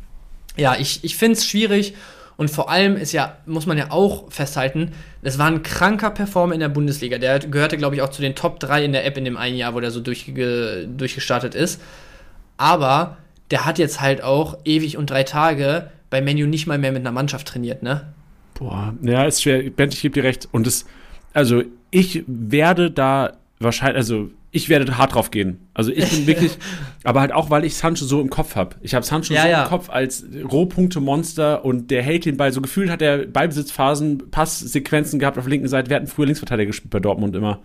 ich finde es schwierig. Und vor allem muss man ja auch festhalten, es war ein kranker Performer in der Bundesliga. Der gehörte, glaube ich, auch zu den Top 3 in der App in dem einen Jahr, wo der so durchgestartet ist. Aber der hat jetzt halt auch ewig und 3 Tage bei Man U nicht mal mehr mit einer Mannschaft trainiert, ne? Boah, ja, ist schwer. Bent, ich gebe dir recht. Und ich werde da ich werde hart drauf gehen. Also ich bin wirklich, aber halt auch, weil ich Sancho so im Kopf habe. Ich habe Sancho im Kopf als Rohpunkte-Monster und der hält den Ball. So gefühlt hat er Ballbesitzphasen, Passsequenzen gehabt auf der linken Seite. Wir hatten früher Linksverteidiger gespielt bei Dortmund immer.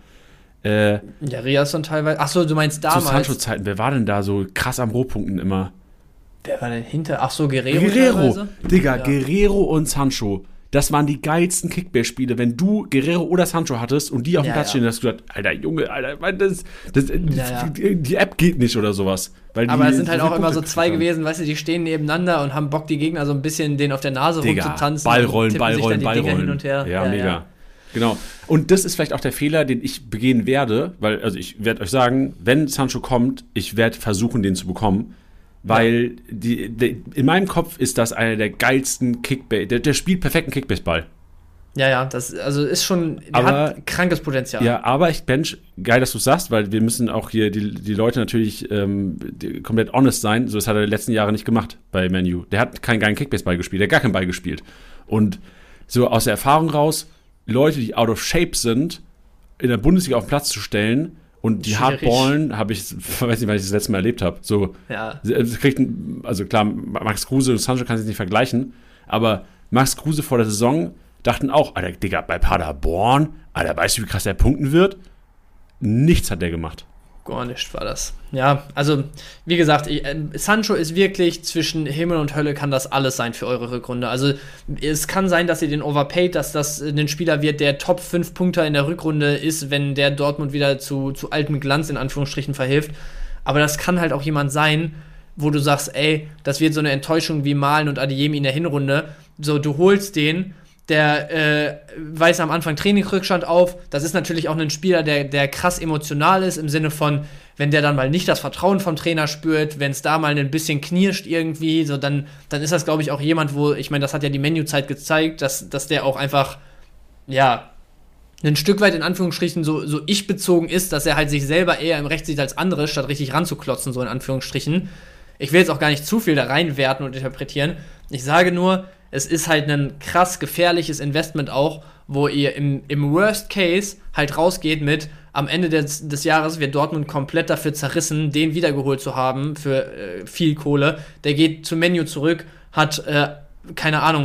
Riasson teilweise. Achso, du meinst damals. Zu Sancho-Zeiten. Wer war denn da so krass am Rohpunkten immer? Wer war denn hinter? Achso, Guerrero. Digga, ja. Guerrero und Sancho. Das waren die geilsten Kickbase-Spiele, wenn du Guerrero oder Sancho hattest und die auf dem Platz stehen, hast du gedacht, Alter, Junge, die App geht nicht oder sowas. Aber es sind halt auch immer so zwei gewesen, weißt du, die stehen nebeneinander und haben Bock, die Gegner so ein bisschen denen auf der Nase rumzutanzen. Ballrollen. Hin und her. Ja, mega. Ja. Genau. Und das ist vielleicht auch der Fehler, den ich begehen werde, weil, also ich werde euch sagen, wenn Sancho kommt, ich werde versuchen, den zu bekommen. Weil in meinem Kopf ist das einer der geilsten Kickbase, der spielt perfekten Kickbase-Ball. Ja, das ist schon, der hat krankes Potenzial. Ja, aber geil, dass du es sagst, weil wir müssen auch hier die Leute natürlich komplett honest sein. So, das hat er die letzten Jahre nicht gemacht bei Man U. Der hat keinen geilen Kickbase-Ball gespielt, der hat gar keinen Ball gespielt. Und so aus der Erfahrung raus, Leute, die out of shape sind, in der Bundesliga auf den Platz zu stellen, und die Hardballen weiß nicht, wann ich das letzte Mal erlebt habe. So, ja. Also klar, Max Kruse und Sancho kann sich nicht vergleichen, aber Max Kruse vor der Saison dachten auch, Alter, Digga, bei Paderborn, Alter, weißt du, wie krass der punkten wird? Nichts hat der gemacht. Gar nicht war das. Ja, also, wie gesagt, Sancho ist wirklich zwischen Himmel und Hölle, kann das alles sein für eure Rückrunde. Also, es kann sein, dass ihr den overpaid, dass das ein Spieler wird, der Top 5 Punkter in der Rückrunde ist, wenn der Dortmund wieder zu altem Glanz in Anführungsstrichen verhilft. Aber das kann halt auch jemand sein, wo du sagst, das wird so eine Enttäuschung wie Malen und Adeyemi in der Hinrunde. So, du holst den, der weist am Anfang Trainingsrückstand auf. Das ist natürlich auch ein Spieler, der krass emotional ist, im Sinne von, wenn der dann mal nicht das Vertrauen vom Trainer spürt, wenn es da mal ein bisschen knirscht irgendwie, so dann ist das, glaube ich, auch jemand, wo, ich meine, das hat ja die Menu-Zeit gezeigt, dass der auch einfach, ja, ein Stück weit in Anführungsstrichen so ich-bezogen ist, dass er halt sich selber eher im Recht sieht als andere, statt richtig ranzuklotzen, so in Anführungsstrichen. Ich will jetzt auch gar nicht zu viel da reinwerten und interpretieren. Ich sage nur, es ist halt ein krass gefährliches Investment auch, wo ihr im Worst Case halt rausgeht mit, am Ende des Jahres wird Dortmund komplett dafür zerrissen, den wiedergeholt zu haben für viel Kohle. Der geht zum Menu zurück, hat, keine Ahnung,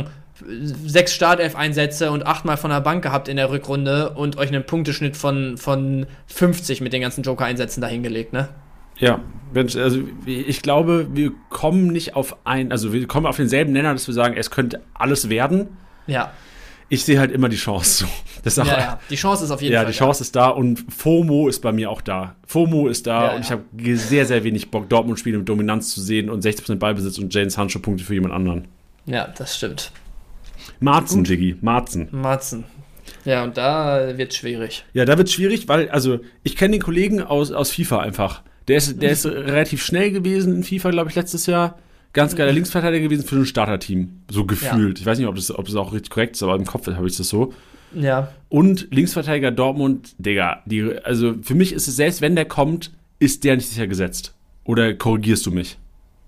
6 Startelf-Einsätze und 8-mal von der Bank gehabt in der Rückrunde und euch einen Punkteschnitt von 50 mit den ganzen Joker-Einsätzen dahingelegt, ne? Ja, also ich glaube, wir kommen nicht wir kommen auf denselben Nenner, dass wir sagen, es könnte alles werden. Ja. Ich sehe halt immer die Chance so. Die Chance ist auf jeden Fall da. Ja, die Chance ist da und FOMO ist bei mir auch da. FOMO ist da und ich habe sehr, sehr wenig Bock, Dortmund-Spiele mit Dominanz zu sehen und 60% Ballbesitz und Jadon Sancho-Punkte für jemand anderen. Ja, das stimmt. Marzen, Diggi, Marzen. Ja, und da wird's schwierig. Ja, da wird's schwierig, weil, also, ich kenne den Kollegen aus FIFA einfach. Der ist relativ schnell gewesen in FIFA, glaube ich, letztes Jahr. Ganz geiler Linksverteidiger gewesen für ein Starterteam. So gefühlt. Ja. Ich weiß nicht, ob es auch richtig korrekt ist, aber im Kopf habe ich das so. Ja. Und Linksverteidiger Dortmund, Digga, also für mich ist es, selbst wenn der kommt, ist der nicht sicher gesetzt. Oder korrigierst du mich?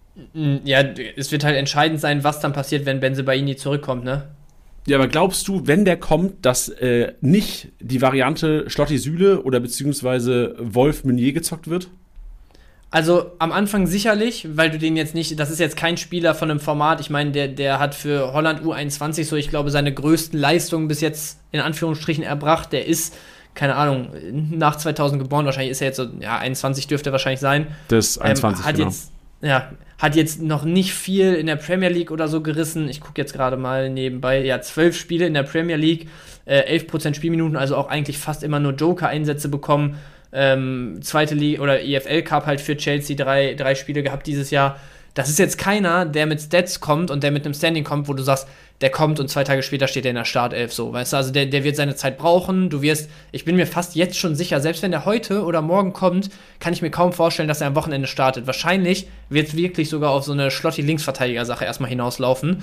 Ja, es wird halt entscheidend sein, was dann passiert, wenn Bensebaini zurückkommt, ne? Ja, aber glaubst du, wenn der kommt, dass nicht die Variante Schlotti-Süle oder beziehungsweise Wolf-Meunier gezockt wird? Also am Anfang sicherlich, weil du den jetzt nicht, das ist jetzt kein Spieler von einem Format, ich meine, der hat für Holland U21 so, ich glaube, seine größten Leistungen bis jetzt in Anführungsstrichen erbracht. Der ist, keine Ahnung, nach 2000 geboren, wahrscheinlich ist er jetzt so, ja, 21 dürfte er wahrscheinlich sein. Das ist 21, genau. Hat jetzt noch nicht viel in der Premier League oder so gerissen. Ich gucke jetzt gerade mal nebenbei. Ja, 12 Spiele in der Premier League, 11% Spielminuten, also auch eigentlich fast immer nur Joker-Einsätze bekommen. Zweite Liga oder EFL Cup halt für Chelsea, drei Spiele gehabt dieses Jahr. Das ist jetzt keiner, der mit Stats kommt und der mit einem Standing kommt, wo du sagst, der kommt und 2 Tage später steht er in der Startelf, so, weißt du, also der wird seine Zeit brauchen, ich bin mir fast jetzt schon sicher, selbst wenn der heute oder morgen kommt, kann ich mir kaum vorstellen, dass er am Wochenende startet. Wahrscheinlich wird es wirklich sogar auf so eine Schlotti-Linksverteidiger-Sache erstmal hinauslaufen.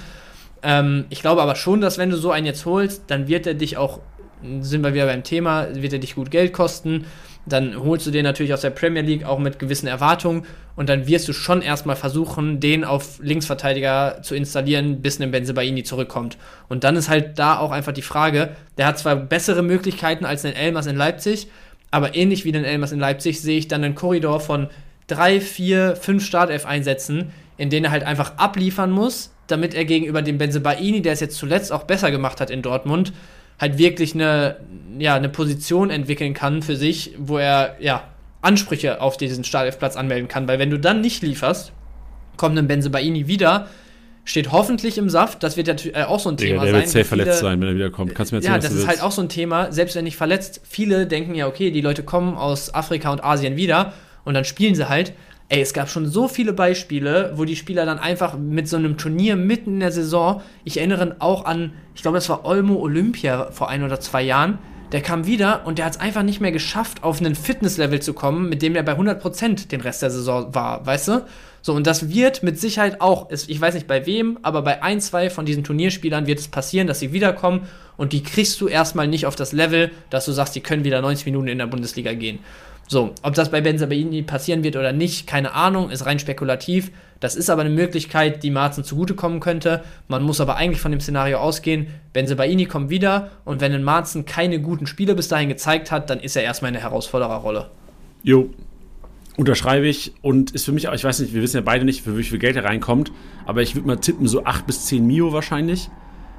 Ich glaube aber schon, dass wenn du so einen jetzt holst, dann wird er dich auch, sind wir wieder beim Thema, wird er dich gut Geld kosten. Dann holst du den natürlich aus der Premier League auch mit gewissen Erwartungen und dann wirst du schon erstmal versuchen, den auf Linksverteidiger zu installieren, bis ein Bensebaini zurückkommt. Und dann ist halt da auch einfach die Frage, der hat zwar bessere Möglichkeiten als den Elmas in Leipzig, aber ähnlich wie den Elmas in Leipzig sehe ich dann einen Korridor von 3, 4, 5 Startelf-Einsätzen, in denen er halt einfach abliefern muss, damit er gegenüber dem Bensebaini, der es jetzt zuletzt auch besser gemacht hat in Dortmund, halt wirklich eine Position entwickeln kann für sich, wo er Ansprüche auf diesen Startelfplatz anmelden kann. Weil wenn du dann nicht lieferst, kommt ein Bensebaini wieder, steht hoffentlich im Saft, das wird ja auch so ein Thema sein. Der wird safe verletzt sein, wenn er wiederkommt. Kannst du mir erzählen, das ist halt auch so ein Thema, selbst wenn nicht verletzt, viele denken ja, okay, die Leute kommen aus Afrika und Asien wieder und dann spielen sie halt. Ey, es gab schon so viele Beispiele, wo die Spieler dann einfach mit so einem Turnier mitten in der Saison, ich erinnere auch an, ich glaube, das war Olmo Olympia vor 1 oder 2 Jahren, der kam wieder und der hat es einfach nicht mehr geschafft, auf einen Fitnesslevel zu kommen, mit dem er bei 100% den Rest der Saison war, weißt du? So, und das wird mit Sicherheit auch, ich weiß nicht bei wem, aber bei 1, 2 von diesen Turnierspielern wird es passieren, dass sie wiederkommen und die kriegst du erstmal nicht auf das Level, dass du sagst, die können wieder 90 Minuten in der Bundesliga gehen. So, ob das bei Bensebaini passieren wird oder nicht, keine Ahnung, ist rein spekulativ. Das ist aber eine Möglichkeit, die Marzen zugutekommen könnte. Man muss aber eigentlich von dem Szenario ausgehen, Bensebaini kommt wieder und wenn ein Marzen keine guten Spiele bis dahin gezeigt hat, dann ist er erstmal in der Herausfordererrolle. Jo, unterschreibe ich und ist für mich auch, ich weiß nicht, wir wissen ja beide nicht, für wie viel Geld er reinkommt, aber ich würde mal tippen, so 8 bis 10 Mio wahrscheinlich.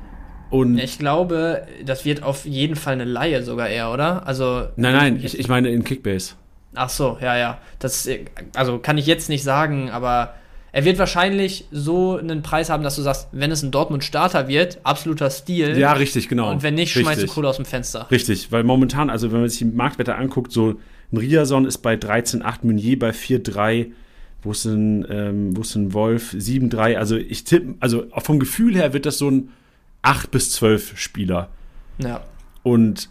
Und ich glaube, das wird auf jeden Fall eine Leihe sogar eher, oder? Also Nein, ich meine in Kickbase. Ach so, ja. Das, also kann ich jetzt nicht sagen, aber er wird wahrscheinlich so einen Preis haben, dass du sagst, wenn es ein Dortmund-Starter wird, absoluter Stil. Ja, richtig, genau. Und wenn nicht, schmeißt du Kohle aus dem Fenster. Richtig, weil momentan, also wenn man sich die Marktwerte anguckt, so ein Riason ist bei 13,8, Meunier bei 4,3, wo ist ein Wolf, 7,3, also ich tippe, also vom Gefühl her wird das so ein 8 bis 12 Spieler. Ja. Und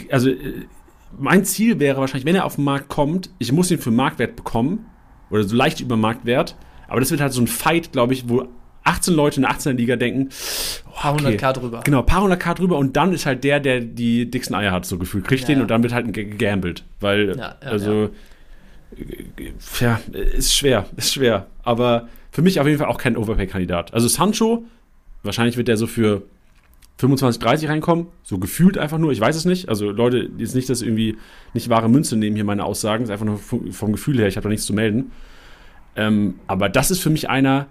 mein Ziel wäre wahrscheinlich, wenn er auf den Markt kommt, ich muss ihn für Marktwert bekommen, oder so leicht über Marktwert, aber das wird halt so ein Fight, glaube ich, wo 18 Leute in der 18er Liga denken, paar 100k drüber. Genau, paar 100k drüber und dann ist halt der die dicksten Eier hat, so gefühlt, kriegt den und dann wird halt gegambelt, weil, ist schwer, aber für mich auf jeden Fall auch kein Overpay-Kandidat. Also Sancho Wahrscheinlich wird der so für 25, 30 reinkommen, so gefühlt einfach nur, ich weiß es nicht. Also Leute, jetzt nicht, dass irgendwie nicht wahre Münze nehmen hier meine Aussagen, ist einfach nur vom Gefühl her, ich habe da nichts zu melden. Aber das ist für mich einer,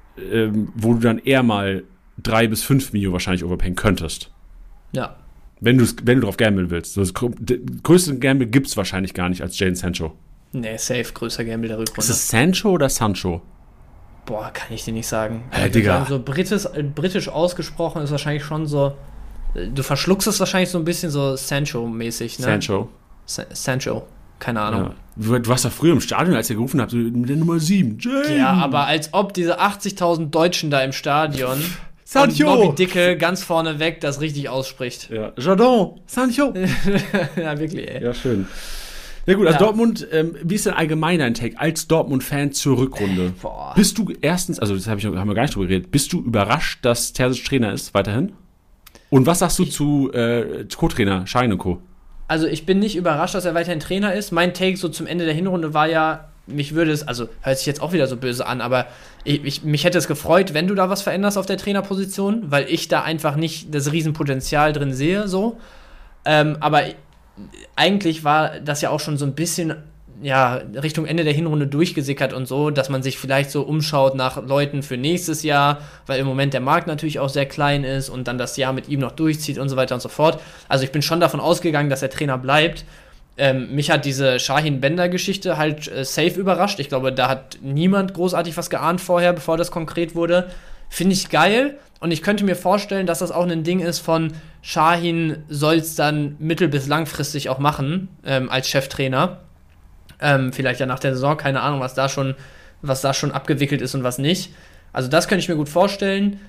wo du dann eher mal 3 bis 5 Mio wahrscheinlich overpayen könntest. Ja. Wenn du drauf gambeln willst. Das größte Gamble gibt es wahrscheinlich gar nicht als Jadon Sancho. Nee, safe, größer Gamble der Rückrunde. Ist es Sancho oder Sancho? Boah, kann ich dir nicht sagen. Digga. So britisch ausgesprochen ist wahrscheinlich schon so. Du verschluckst es wahrscheinlich so ein bisschen so Sancho-mäßig, ne? Sancho. Sancho. Keine Ahnung. Ja. Du warst doch früher im Stadion, als ihr gerufen habt, mit der Nummer 7. Jane. Ja, aber als ob diese 80.000 Deutschen da im Stadion Sancho. und Bobby Dickel ganz vorne weg das richtig ausspricht. Ja. Jadon. Sancho. Ja, wirklich, ey. Ja, schön. Ja gut, also Dortmund, wie ist denn allgemein dein Take als Dortmund-Fan zur Rückrunde? Boah. Bist du erstens, also das haben wir gar nicht drüber geredet, bist du überrascht, dass Terzic Trainer ist, weiterhin? Und was sagst du zu Co-Trainer, Schein und Co.? Also ich bin nicht überrascht, dass er weiterhin Trainer ist. Mein Take so zum Ende der Hinrunde war ja, mich würde es, also hört sich jetzt auch wieder so böse an, aber mich hätte es gefreut, wenn du da was veränderst auf der Trainerposition, weil ich da einfach nicht das Riesenpotenzial drin sehe, so. Aber eigentlich war das ja auch schon so ein bisschen Richtung Ende der Hinrunde durchgesickert und so, dass man sich vielleicht so umschaut nach Leuten für nächstes Jahr, weil im Moment der Markt natürlich auch sehr klein ist und dann das Jahr mit ihm noch durchzieht und so weiter und so fort. Also ich bin schon davon ausgegangen, dass der Trainer bleibt. Mich hat diese Şahin-Bender-Geschichte halt safe überrascht. Ich glaube, da hat niemand großartig was geahnt vorher, bevor das konkret wurde. Finde ich geil. Und ich könnte mir vorstellen, dass das auch ein Ding ist von Şahin soll es dann mittel- bis langfristig auch machen, als Cheftrainer. Vielleicht ja nach der Saison, keine Ahnung, was da schon abgewickelt ist und was nicht. Also das könnte ich mir gut vorstellen.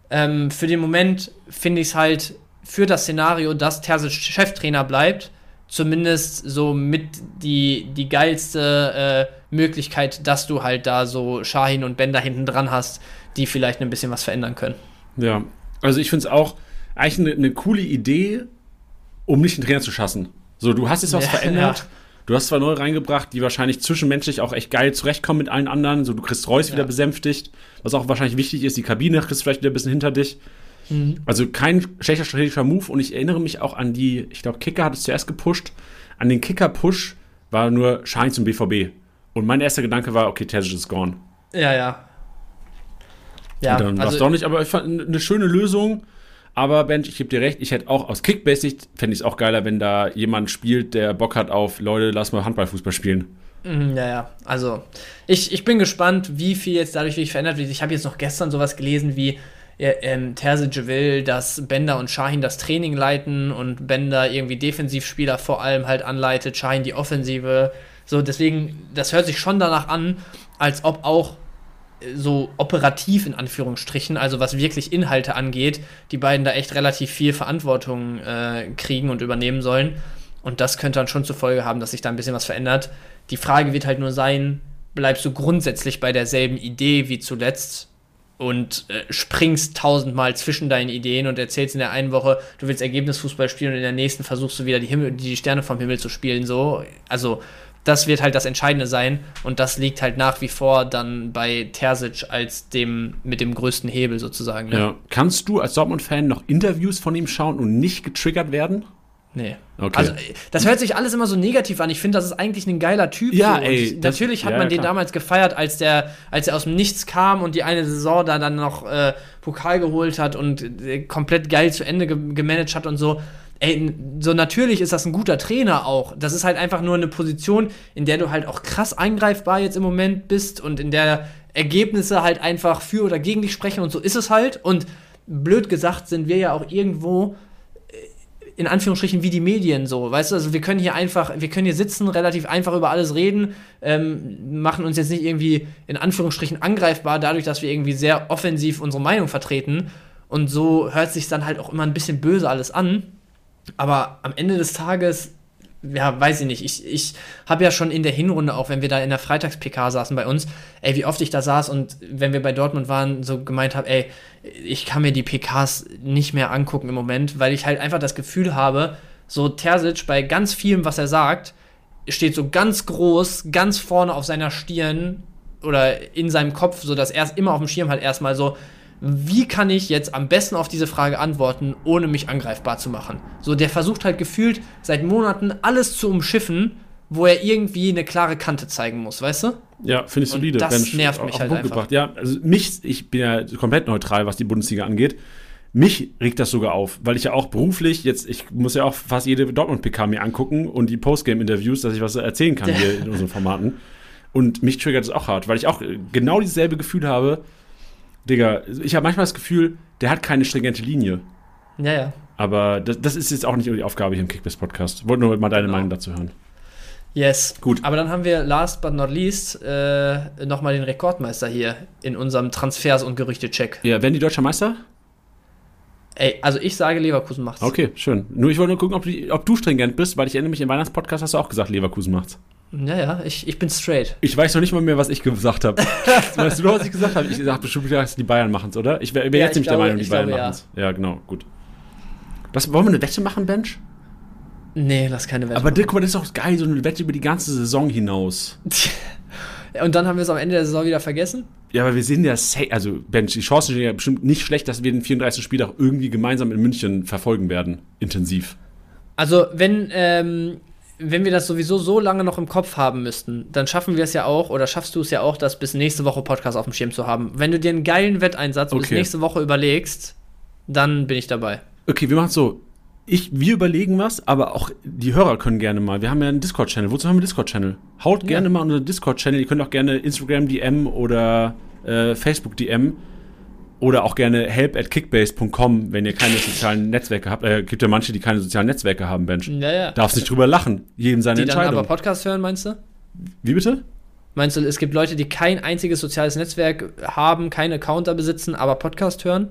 Für den Moment finde ich es halt für das Szenario, dass Terzic Cheftrainer bleibt, zumindest so mit die geilste Möglichkeit, dass du halt da so Şahin und Bender hinten dran hast, die vielleicht ein bisschen was verändern können. Ja, also ich finde es auch eigentlich eine coole Idee, um nicht den Trainer zu schassen. So, du hast jetzt was verändert. Ja. Du hast zwar neu reingebracht, die wahrscheinlich zwischenmenschlich auch echt geil zurechtkommen mit allen anderen. So, du kriegst Reus wieder besänftigt, was auch wahrscheinlich wichtig ist. Die Kabine kriegst du vielleicht wieder ein bisschen hinter dich. Mhm. Also kein schlechter strategischer Move. Und ich erinnere mich auch an ich glaube, Kicker hat es zuerst gepusht. An den Kicker-Push war nur Schein zum BVB. Und mein erster Gedanke war, okay, Terzic ist gone. Ja. Und dann war es doch nicht, aber ich fand eine schöne Lösung. Aber Benj, ich gebe dir recht, ich hätte auch aus Kickbase-Sicht, fände ich es auch geiler, wenn da jemand spielt, der Bock hat auf, Leute, lass mal Handballfußball spielen. Ja, also ich bin gespannt, wie viel jetzt dadurch wirklich verändert wird. Ich habe jetzt noch gestern sowas gelesen wie Terzic will, dass Bender und Şahin das Training leiten und Bender irgendwie Defensivspieler vor allem halt anleitet, Şahin die Offensive. So, deswegen, das hört sich schon danach an, als ob auch so operativ in Anführungsstrichen, also was wirklich Inhalte angeht, die beiden da echt relativ viel Verantwortung kriegen und übernehmen sollen. Und das könnte dann schon zur Folge haben, dass sich da ein bisschen was verändert. Die Frage wird halt nur sein, bleibst du grundsätzlich bei derselben Idee wie zuletzt und springst 1000-mal zwischen deinen Ideen und erzählst in der einen Woche, du willst Ergebnisfußball spielen und in der nächsten versuchst du wieder die Sterne vom Himmel zu spielen. So. Also das wird halt das Entscheidende sein und das liegt halt nach wie vor dann bei Terzic als mit dem größten Hebel sozusagen. Ne? Ja. Kannst du als Dortmund-Fan noch Interviews von ihm schauen und nicht getriggert werden? Nee. Okay. Also das hört sich alles immer so negativ an. Ich finde, das ist eigentlich ein geiler Typ. Ja, so. ey. Natürlich hat man den damals gefeiert, als er aus dem Nichts kam und die eine Saison da dann noch Pokal geholt hat und komplett geil zu Ende gemanagt hat und so. Ey, so natürlich ist das ein guter Trainer auch. Das ist halt einfach nur eine Position, in der du halt auch krass eingreifbar jetzt im Moment bist und in der Ergebnisse halt einfach für oder gegen dich sprechen und so ist es halt. Und blöd gesagt sind wir ja auch irgendwo in Anführungsstrichen wie die Medien so, weißt du, also wir können hier sitzen, relativ einfach über alles reden, machen uns jetzt nicht irgendwie in Anführungsstrichen angreifbar, dadurch, dass wir irgendwie sehr offensiv unsere Meinung vertreten und so hört sich dann halt auch immer ein bisschen böse alles an. Aber am Ende des Tages, ja, weiß ich nicht, ich habe ja schon in der Hinrunde, auch wenn wir da in der Freitags-PK saßen bei uns, wie oft ich da saß und wenn wir bei Dortmund waren, so gemeint habe, ich kann mir die PKs nicht mehr angucken im Moment, weil ich halt einfach das Gefühl habe, so Terzic bei ganz vielem, was er sagt, steht so ganz groß, ganz vorne auf seiner Stirn oder in seinem Kopf, so dass er es immer auf dem Schirm hat, erstmal so, wie kann ich jetzt am besten auf diese Frage antworten, ohne mich angreifbar zu machen? So, der versucht halt gefühlt seit Monaten alles zu umschiffen, wo er irgendwie eine klare Kante zeigen muss, weißt du? Ja, finde ich solide. Und das nervt mich halt einfach. Ja, also ich bin ja komplett neutral, was die Bundesliga angeht. Mich regt das sogar auf, weil ich ja auch beruflich ich muss ja auch fast jede Dortmund-PK mir angucken und die Postgame-Interviews, dass ich was erzählen kann hier in unseren Formaten. Und mich triggert das auch hart, weil ich auch genau dieselbe Gefühl habe. Digga, ich habe manchmal das Gefühl, der hat keine stringente Linie. Ja. Aber das ist jetzt auch nicht die Aufgabe hier im Kickbase-Podcast. Wollte nur mal deine Meinung dazu hören. Yes. Gut. Aber dann haben wir last but not least nochmal den Rekordmeister hier in unserem Transfers- und Gerüchte-Check. Ja, werden die Deutscher Meister? Ey, also ich sage, Leverkusen macht's. Okay, schön. Nur ich wollte nur gucken, ob du stringent bist, weil ich erinnere mich, im Weihnachtspodcast hast du auch gesagt, Leverkusen macht's. Ja, ich bin straight. Ich weiß noch nicht mal mehr, was ich gesagt habe. Weißt du noch, was ich gesagt habe? Ich habe bestimmt gesagt, die Bayern machen's, oder? Ich wäre jetzt nämlich der Meinung, die Bayern machen's. Ja, genau, gut. Wollen wir eine Wette machen, Bench? Nee, lass keine Wette Aber Dirk, das ist doch geil, so eine Wette über die ganze Saison hinaus. Und dann haben wir es am Ende der Saison wieder vergessen? Ja, aber wir sehen ja, also Bench, die Chancen sind ja bestimmt nicht schlecht, dass wir den 34. Spieltag irgendwie gemeinsam in München verfolgen werden, intensiv. Also, wenn wir das sowieso so lange noch im Kopf haben müssten, dann schaffen wir es ja auch, oder schaffst du es ja auch, das bis nächste Woche Podcast auf dem Schirm zu haben. Wenn du dir einen geilen Wetteinsatz bis nächste Woche überlegst, dann bin ich dabei. Okay, wir machen es so. Wir überlegen was, aber auch die Hörer können gerne mal. Wir haben ja einen Discord-Channel. Wozu haben wir einen Discord-Channel? Haut gerne mal unseren Discord-Channel. Ihr könnt auch gerne Instagram-DM oder Facebook-DM oder auch gerne help@kickbase.com, wenn ihr keine sozialen Netzwerke habt. Gibt ja manche, die keine sozialen Netzwerke haben, Mensch. Ja. Darfst nicht drüber lachen. Jedem seine Entscheidung. Die dann aber Podcast hören, meinst du? Wie bitte? Meinst du, es gibt Leute, die kein einziges soziales Netzwerk haben, keinen Account da besitzen, aber Podcast hören?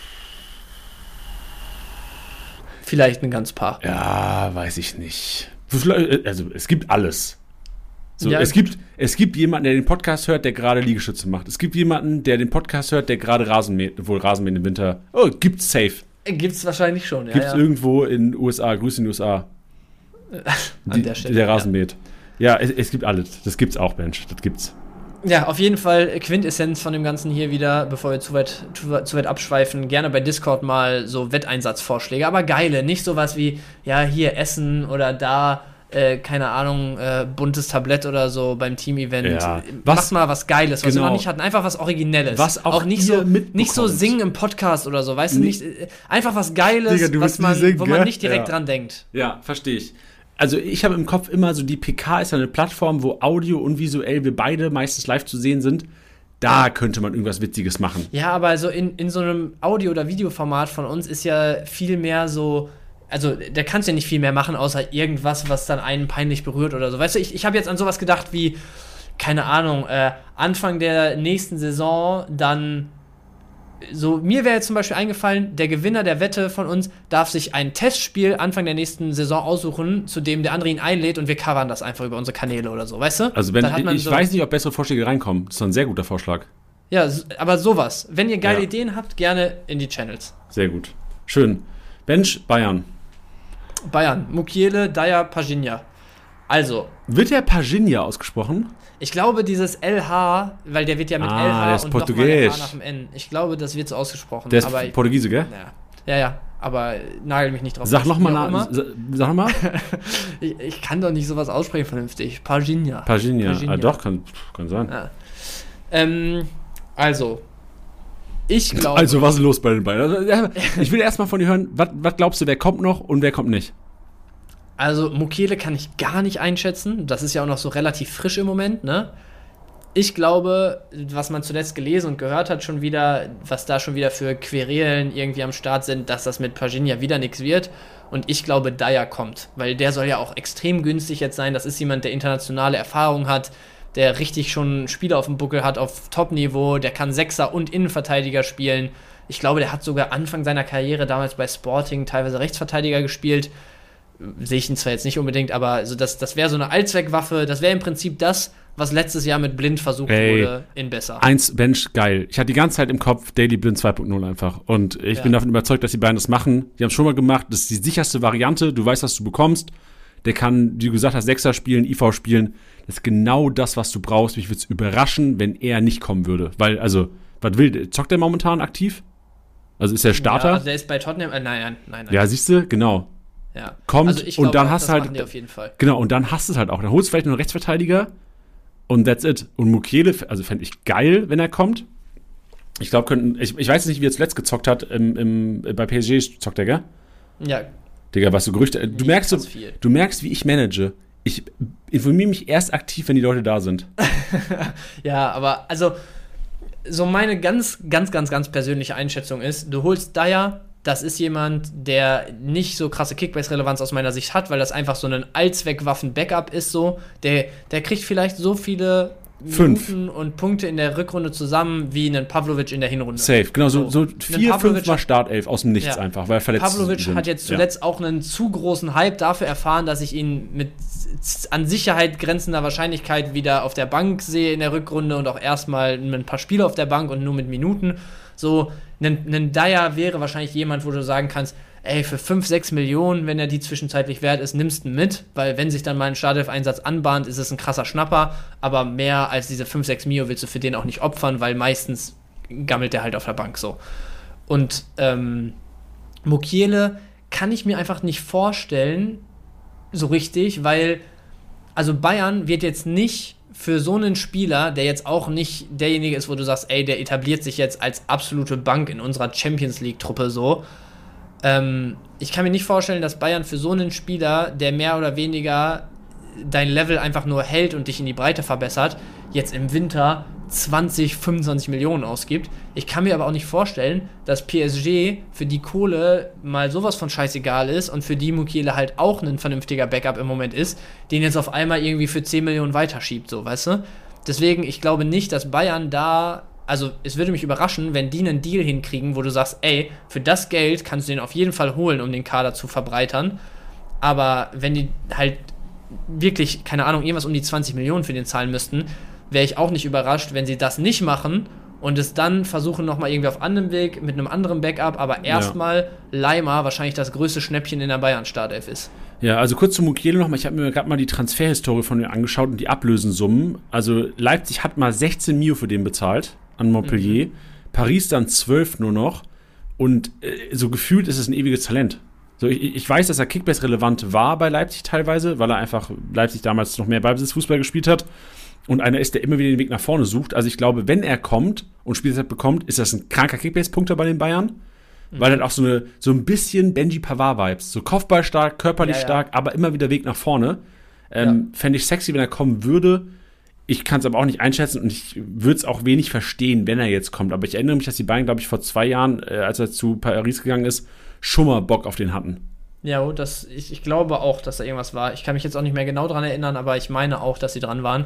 Vielleicht ein ganz paar. Ja, weiß ich nicht. Also, es gibt alles. So, ja. Es gibt jemanden, der den Podcast hört, der gerade Liegestütze macht. Es gibt jemanden, der den Podcast hört, der gerade Rasen mäht, obwohl Rasenmähen im Winter. Oh, gibt's safe. Gibt's wahrscheinlich schon, ja. Gibt's irgendwo in den USA. Grüße in den USA. An der Stelle. Der Rasen mäht. Ja, es gibt alles. Das gibt's auch, Mensch. Das gibt's. Ja, auf jeden Fall Quintessenz von dem Ganzen hier wieder, bevor wir zu weit abschweifen, gerne bei Discord mal so Wetteinsatzvorschläge, aber geile, nicht sowas wie, ja, hier Essen oder da, keine Ahnung, buntes Tablett oder so beim Team-Event. Ja. Macht mal was Geiles, was wir genau. noch nicht hatten, einfach was Originelles. Was auch nicht so singen im Podcast oder so, weißt du, nicht, einfach was Geiles, Digga, wo man nicht direkt dran denkt. Ja, verstehe ich. Also ich habe im Kopf immer so, die PK ist ja eine Plattform, wo Audio und visuell wir beide meistens live zu sehen sind. Da könnte man irgendwas Witziges machen. Ja, aber so in so einem Audio- oder Videoformat von uns ist ja viel mehr so, also da kannst du ja nicht viel mehr machen, außer irgendwas, was dann einen peinlich berührt oder so. Weißt du, ich habe jetzt an sowas gedacht wie, keine Ahnung, Anfang der nächsten Saison dann so, mir wäre jetzt zum Beispiel eingefallen, der Gewinner der Wette von uns darf sich ein Testspiel Anfang der nächsten Saison aussuchen, zu dem der andere ihn einlädt und wir covern das einfach über unsere Kanäle oder so, weißt du? Also ich weiß nicht, ob bessere Vorschläge reinkommen. Das ist ein sehr guter Vorschlag. Ja, aber sowas. Wenn ihr geile Ideen habt, gerne in die Channels. Sehr gut. Schön. Bench, Bayern. Mukiele, Dyer, Pajinja. Also. Wird der Pajinja ausgesprochen? Ich glaube, dieses LH, weil der wird ja mit LH und nochmal LH nach dem N. Ich glaube, das wird so ausgesprochen. Der ist Portugiese, gell? Ja, aber nagel mich nicht drauf. Sag nochmal. Sag nochmal. Ich kann doch nicht sowas aussprechen vernünftig. Pajinja. Ah, doch, kann sein. Ja. Also, ich glaube... Also, was ist los bei den beiden? Ich will erstmal von dir hören, was glaubst du, wer kommt noch und wer kommt nicht? Also, Mukiele kann ich gar nicht einschätzen. Das ist ja auch noch so relativ frisch im Moment, ne? Ich glaube, was man zuletzt gelesen und gehört hat schon wieder, was da schon wieder für Querelen irgendwie am Start sind, dass das mit Pajinja wieder nichts wird. Und ich glaube, Dyer kommt, weil der soll ja auch extrem günstig jetzt sein. Das ist jemand, der internationale Erfahrung hat, der richtig schon Spieler auf dem Buckel hat auf Top-Niveau, der kann Sechser und Innenverteidiger spielen. Ich glaube, der hat sogar Anfang seiner Karriere damals bei Sporting teilweise Rechtsverteidiger gespielt. Sehe ich ihn zwar jetzt nicht unbedingt, aber also das wäre so eine Allzweckwaffe, das wäre im Prinzip das, was letztes Jahr mit Blind versucht wurde, in besser. Bench, geil. Ich hatte die ganze Zeit im Kopf Daily Blind 2.0 einfach. Und ich bin davon überzeugt, dass die beiden das machen. Die haben es schon mal gemacht. Das ist die sicherste Variante. Du weißt, was du bekommst. Der kann, wie du gesagt hast, Sechser spielen, IV spielen. Das ist genau das, was du brauchst. Mich würde es überraschen, wenn er nicht kommen würde. Weil, also, Zockt der momentan aktiv? Also ist der Starter? Ja, also der ist bei Tottenham, nein. Ja, siehst du, genau. Ja. Kommt also ich und glaube, dann hast du halt. machen die auf jeden Fall. Genau, und dann hast du es halt auch. Dann holst du vielleicht noch einen Rechtsverteidiger und that's it. Und Mukiele, also fände ich geil, wenn er kommt. Ich glaube, ich weiß nicht, wie er zuletzt gezockt hat. Bei PSG zockt er, gell? Ja. Digga, was du Gerüchte. Du merkst, wie ich manage. Ich informiere mich erst aktiv, wenn die Leute da sind. Ja, aber also so meine ganz persönliche Einschätzung ist, du holst Dyer, das ist jemand, der nicht so krasse Kickbase-Relevanz aus meiner Sicht hat, weil das einfach so ein Allzweckwaffen-Backup ist so. Der kriegt vielleicht so viele Minuten und Punkte in der Rückrunde zusammen wie einen Pavlovic in der Hinrunde. Safe, genau, so 4, 5 Mal Startelf aus dem Nichts einfach, weil er verletzt ist. Pavlovic hat jetzt zuletzt auch einen zu großen Hype dafür erfahren, dass ich ihn mit an Sicherheit grenzender Wahrscheinlichkeit wieder auf der Bank sehe in der Rückrunde und auch erstmal mit ein paar Spiele auf der Bank und nur mit Minuten. So, ein Dyer wäre wahrscheinlich jemand, wo du sagen kannst, ey, für 5, 6 Millionen, wenn er die zwischenzeitlich wert ist, nimmst du ihn mit, weil wenn sich dann mal ein Startelf-Einsatz anbahnt, ist es ein krasser Schnapper, aber mehr als diese 5, 6 Mio willst du für den auch nicht opfern, weil meistens gammelt der halt auf der Bank so. Und Mukiele kann ich mir einfach nicht vorstellen, so richtig, weil also Bayern wird jetzt nicht für so einen Spieler, der jetzt auch nicht derjenige ist, wo du sagst, ey, der etabliert sich jetzt als absolute Bank in unserer Champions-League-Truppe so. Ich kann mir nicht vorstellen, dass Bayern für so einen Spieler, der mehr oder weniger dein Level einfach nur hält und dich in die Breite verbessert, jetzt im Winter 20, 25 Millionen ausgibt. Ich kann mir aber auch nicht vorstellen, dass PSG für die Kohle mal sowas von scheißegal ist und für die Mukiele halt auch ein vernünftiger Backup im Moment ist, den jetzt auf einmal irgendwie für 10 Millionen weiterschiebt, so, weißt du? Deswegen, ich glaube nicht, dass Bayern da, also es würde mich überraschen, wenn die einen Deal hinkriegen, wo du sagst, ey, für das Geld kannst du den auf jeden Fall holen, um den Kader zu verbreitern, aber wenn die halt wirklich, keine Ahnung, irgendwas um die 20 Millionen für den zahlen müssten, wäre ich auch nicht überrascht, wenn sie das nicht machen und es dann versuchen nochmal irgendwie auf anderem Weg mit einem anderen Backup, aber erstmal Leimer wahrscheinlich das größte Schnäppchen in der Bayern-Startelf ist. Ja, also kurz zu Mukiele nochmal. Ich habe mir gerade mal die Transferhistorie von ihm angeschaut und die Ablösensummen. Also Leipzig hat mal 16 Mio für den bezahlt an Montpellier. Paris dann 12 nur noch. Und so gefühlt ist es ein ewiges Talent. So, ich weiß, dass er Kickbase-relevant war bei Leipzig teilweise, weil er einfach Leipzig damals noch mehr Ballbesitzfußball gespielt hat. Und einer ist, der immer wieder den Weg nach vorne sucht. Also ich glaube, wenn er kommt und Spielzeit bekommt, ist das ein kranker Kickbase-Punkter bei den Bayern. Weil dann auch so ein bisschen Benji Pavard-Vibes. So kopfballstark, körperlich stark, aber immer wieder Weg nach vorne. Fände ich sexy, wenn er kommen würde. Ich kann es aber auch nicht einschätzen und ich würde es auch wenig verstehen, wenn er jetzt kommt. Aber ich erinnere mich, dass die Bayern, glaube ich, vor 2 Jahren, als er zu Paris gegangen ist, schon mal Bock auf den hatten. Ja, ich glaube auch, dass da irgendwas war. Ich kann mich jetzt auch nicht mehr genau dran erinnern, aber ich meine auch, dass sie dran waren.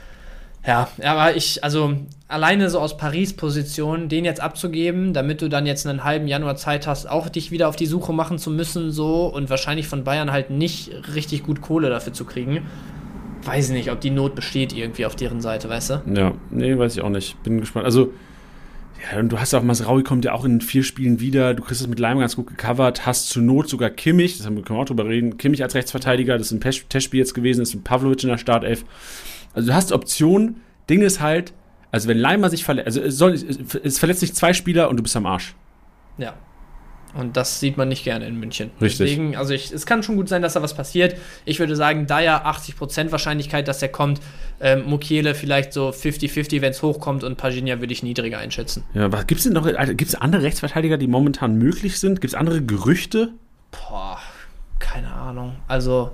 Ja, aber also alleine so aus Paris-Position, den jetzt abzugeben, damit du dann jetzt einen halben Januar Zeit hast, auch dich wieder auf die Suche machen zu müssen, so, und wahrscheinlich von Bayern halt nicht richtig gut Kohle dafür zu kriegen. Weiß ich nicht, ob die Not besteht irgendwie auf deren Seite, weißt du? Ja, nee, weiß ich auch nicht. Bin gespannt. Also, ja, und du hast auch, Masraoui kommt ja auch in 4 Spielen wieder, du kriegst es mit Leimer ganz gut gecovert, hast zur Not sogar Kimmich, können wir auch drüber reden, Kimmich als Rechtsverteidiger, das ist ein Testspiel jetzt gewesen, das ist ein Pavlovic in der Startelf. Also du hast Optionen, Ding ist halt, also wenn Leimer sich verletzt, also es verletzt sich 2 Spieler und du bist am Arsch. Ja. Und das sieht man nicht gerne in München. Richtig. Deswegen, also es kann schon gut sein, dass da was passiert. Ich würde sagen, Dyer 80% Wahrscheinlichkeit, dass er kommt. Mukiele vielleicht so 50-50, wenn es hochkommt, und Pajinja würde ich niedriger einschätzen. Ja, aber gibt es andere Rechtsverteidiger, die momentan möglich sind? Gibt es andere Gerüchte? Boah, keine Ahnung. Also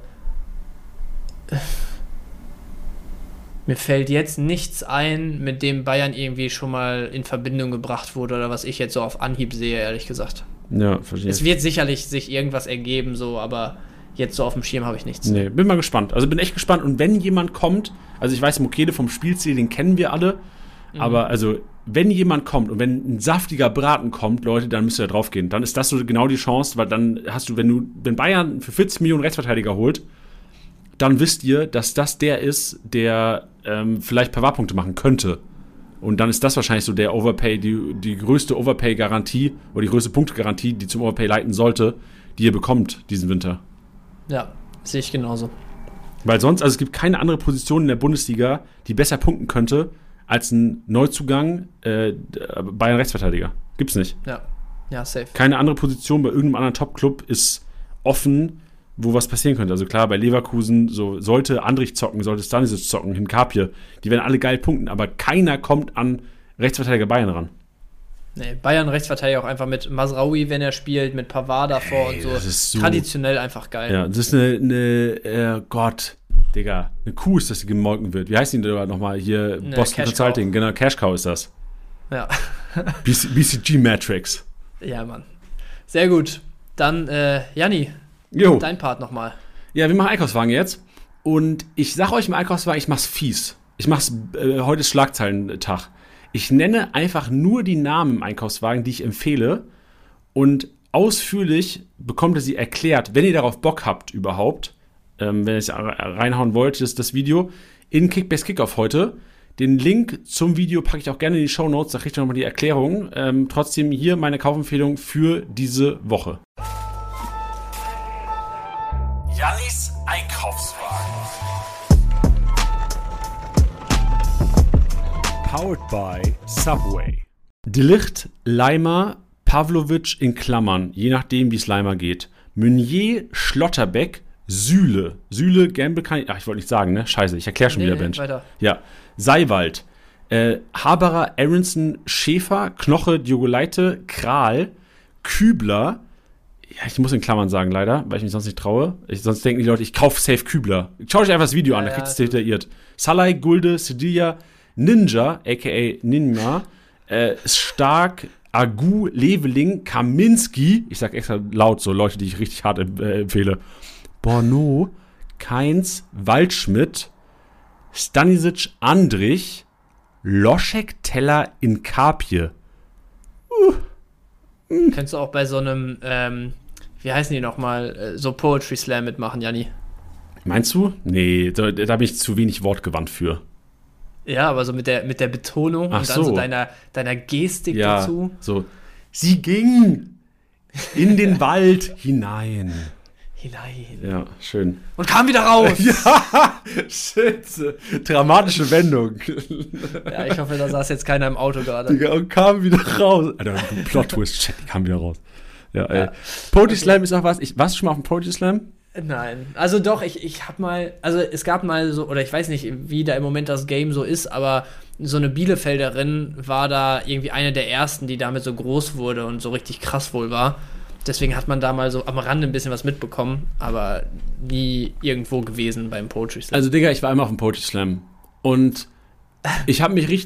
mir fällt jetzt nichts ein, mit dem Bayern irgendwie schon mal in Verbindung gebracht wurde oder was ich jetzt so auf Anhieb sehe, ehrlich gesagt. Ja, verstehe. Es wird sicherlich sich irgendwas ergeben, so, aber jetzt so auf dem Schirm habe ich nichts. Nee, bin mal gespannt. Also bin echt gespannt. Und wenn jemand kommt, also ich weiß, Mukiele vom Spielstil, den kennen wir alle, aber also wenn jemand kommt und wenn ein saftiger Braten kommt, Leute, dann müsst ihr da drauf gehen. Dann ist das so genau die Chance, weil dann hast du, wenn Bayern für 40 Millionen Rechtsverteidiger holt, dann wisst ihr, dass das der ist, der vielleicht Pavard-Punkte machen könnte. Und dann ist das wahrscheinlich so der Overpay, die größte Overpay-Garantie oder die größte Punkte-Garantie, die zum Overpay leiten sollte, die ihr bekommt diesen Winter. Ja, sehe ich genauso. Weil sonst, also es gibt keine andere Position in der Bundesliga, die besser punkten könnte als ein Neuzugang Bayern Rechtsverteidiger. Gibt's nicht. Ja, safe. Keine andere Position bei irgendeinem anderen Top-Club ist offen, wo was passieren könnte. Also klar, bei Leverkusen sollte Andrich zocken, sollte Stanisic zocken, Hinkapie, die werden alle geil punkten, aber keiner kommt an Rechtsverteidiger Bayern ran. Nee, Bayern Rechtsverteidiger auch einfach mit Mazraoui, wenn er spielt, mit Pavard davor und so. Das ist so traditionell einfach geil. Ja, das ist eine Gott, Digga, eine Kuh ist, dass die gemolken wird. Wie heißt die denn nochmal hier? Boston Cash Consulting, Cow. Genau, Cash Cow ist das. Ja. BCG Matrix. Ja, Mann. Sehr gut. Dann, Janni, Jo. dein Part nochmal. Ja, wir machen Einkaufswagen jetzt. Und ich sag euch im Einkaufswagen, ich mach's fies. Ich mach's, heute ist Schlagzeilentag. Ich nenne einfach nur die Namen im Einkaufswagen, die ich empfehle. Und ausführlich bekommt ihr sie erklärt, wenn ihr darauf Bock habt überhaupt. Wenn ihr es reinhauen wollt, das Video in Kickbase Kickoff heute. Den Link zum Video packe ich auch gerne in die Shownotes, da kriegt ihr nochmal die Erklärung. Trotzdem hier meine Kaufempfehlung für diese Woche. Jannis Einkaufswagen. Powered by Subway. De Ligt, Leimer, Pavlovic in Klammern, je nachdem wie es Leimer geht. Meunier, Schlotterbeck, Süle. Süle, Gamble kann ich... Ach, ich wollte nicht sagen, ne? Scheiße, ich erkläre schon wieder, Bench. Weiter. Ja. Seiwald. Haberer, Aronson, Schäfer, Knoche, Diogoleite, Kral, Kübler. Ja, ich muss in Klammern sagen, leider, weil ich mich sonst nicht traue. Sonst denken die Leute, ich kaufe safe Kübler. Schaut euch einfach das Video an, da kriegt es detailliert. Salai, Gulde, Sedilla, Ninja, a.k.a. Ninja, Stark, Agu, Leveling, Kaminski, ich sag extra laut so, Leute, die ich richtig hart empfehle, Borno, Keins, Waldschmidt, Stanisic, Andrich, Loschek, Teller, Inkapie. Könntest du auch bei so einem, wie heißen die nochmal, so Poetry Slam mitmachen, Janni? Meinst du? Nee, da bin ich zu wenig wortgewandt für. Ja, aber so mit der Betonung Ach und dann so. so deiner Gestik Ja, dazu. so. Sie ging in den Wald hinein. Hinein. Ja, schön. Und kam wieder raus. Ja, shit. Dramatische Wendung. Ja, ich hoffe, da saß jetzt keiner im Auto gerade. Digga, und kam wieder raus. Alter, du Plot-Twist, shit, die kam wieder raus. Ja, Poetry Slam ist auch was. Warst du schon mal auf dem Poetry Slam? Nein, also doch, ich hab mal, also es gab mal so, oder ich weiß nicht, wie da im Moment das Game so ist, aber so eine Bielefelderin war da irgendwie eine der ersten, die damit so groß wurde und so richtig krass wohl war. Deswegen hat man da mal so am Rande ein bisschen was mitbekommen, aber nie irgendwo gewesen beim Poetry Slam. Also, Digga, ich war einmal auf dem Poetry Slam und ich habe mich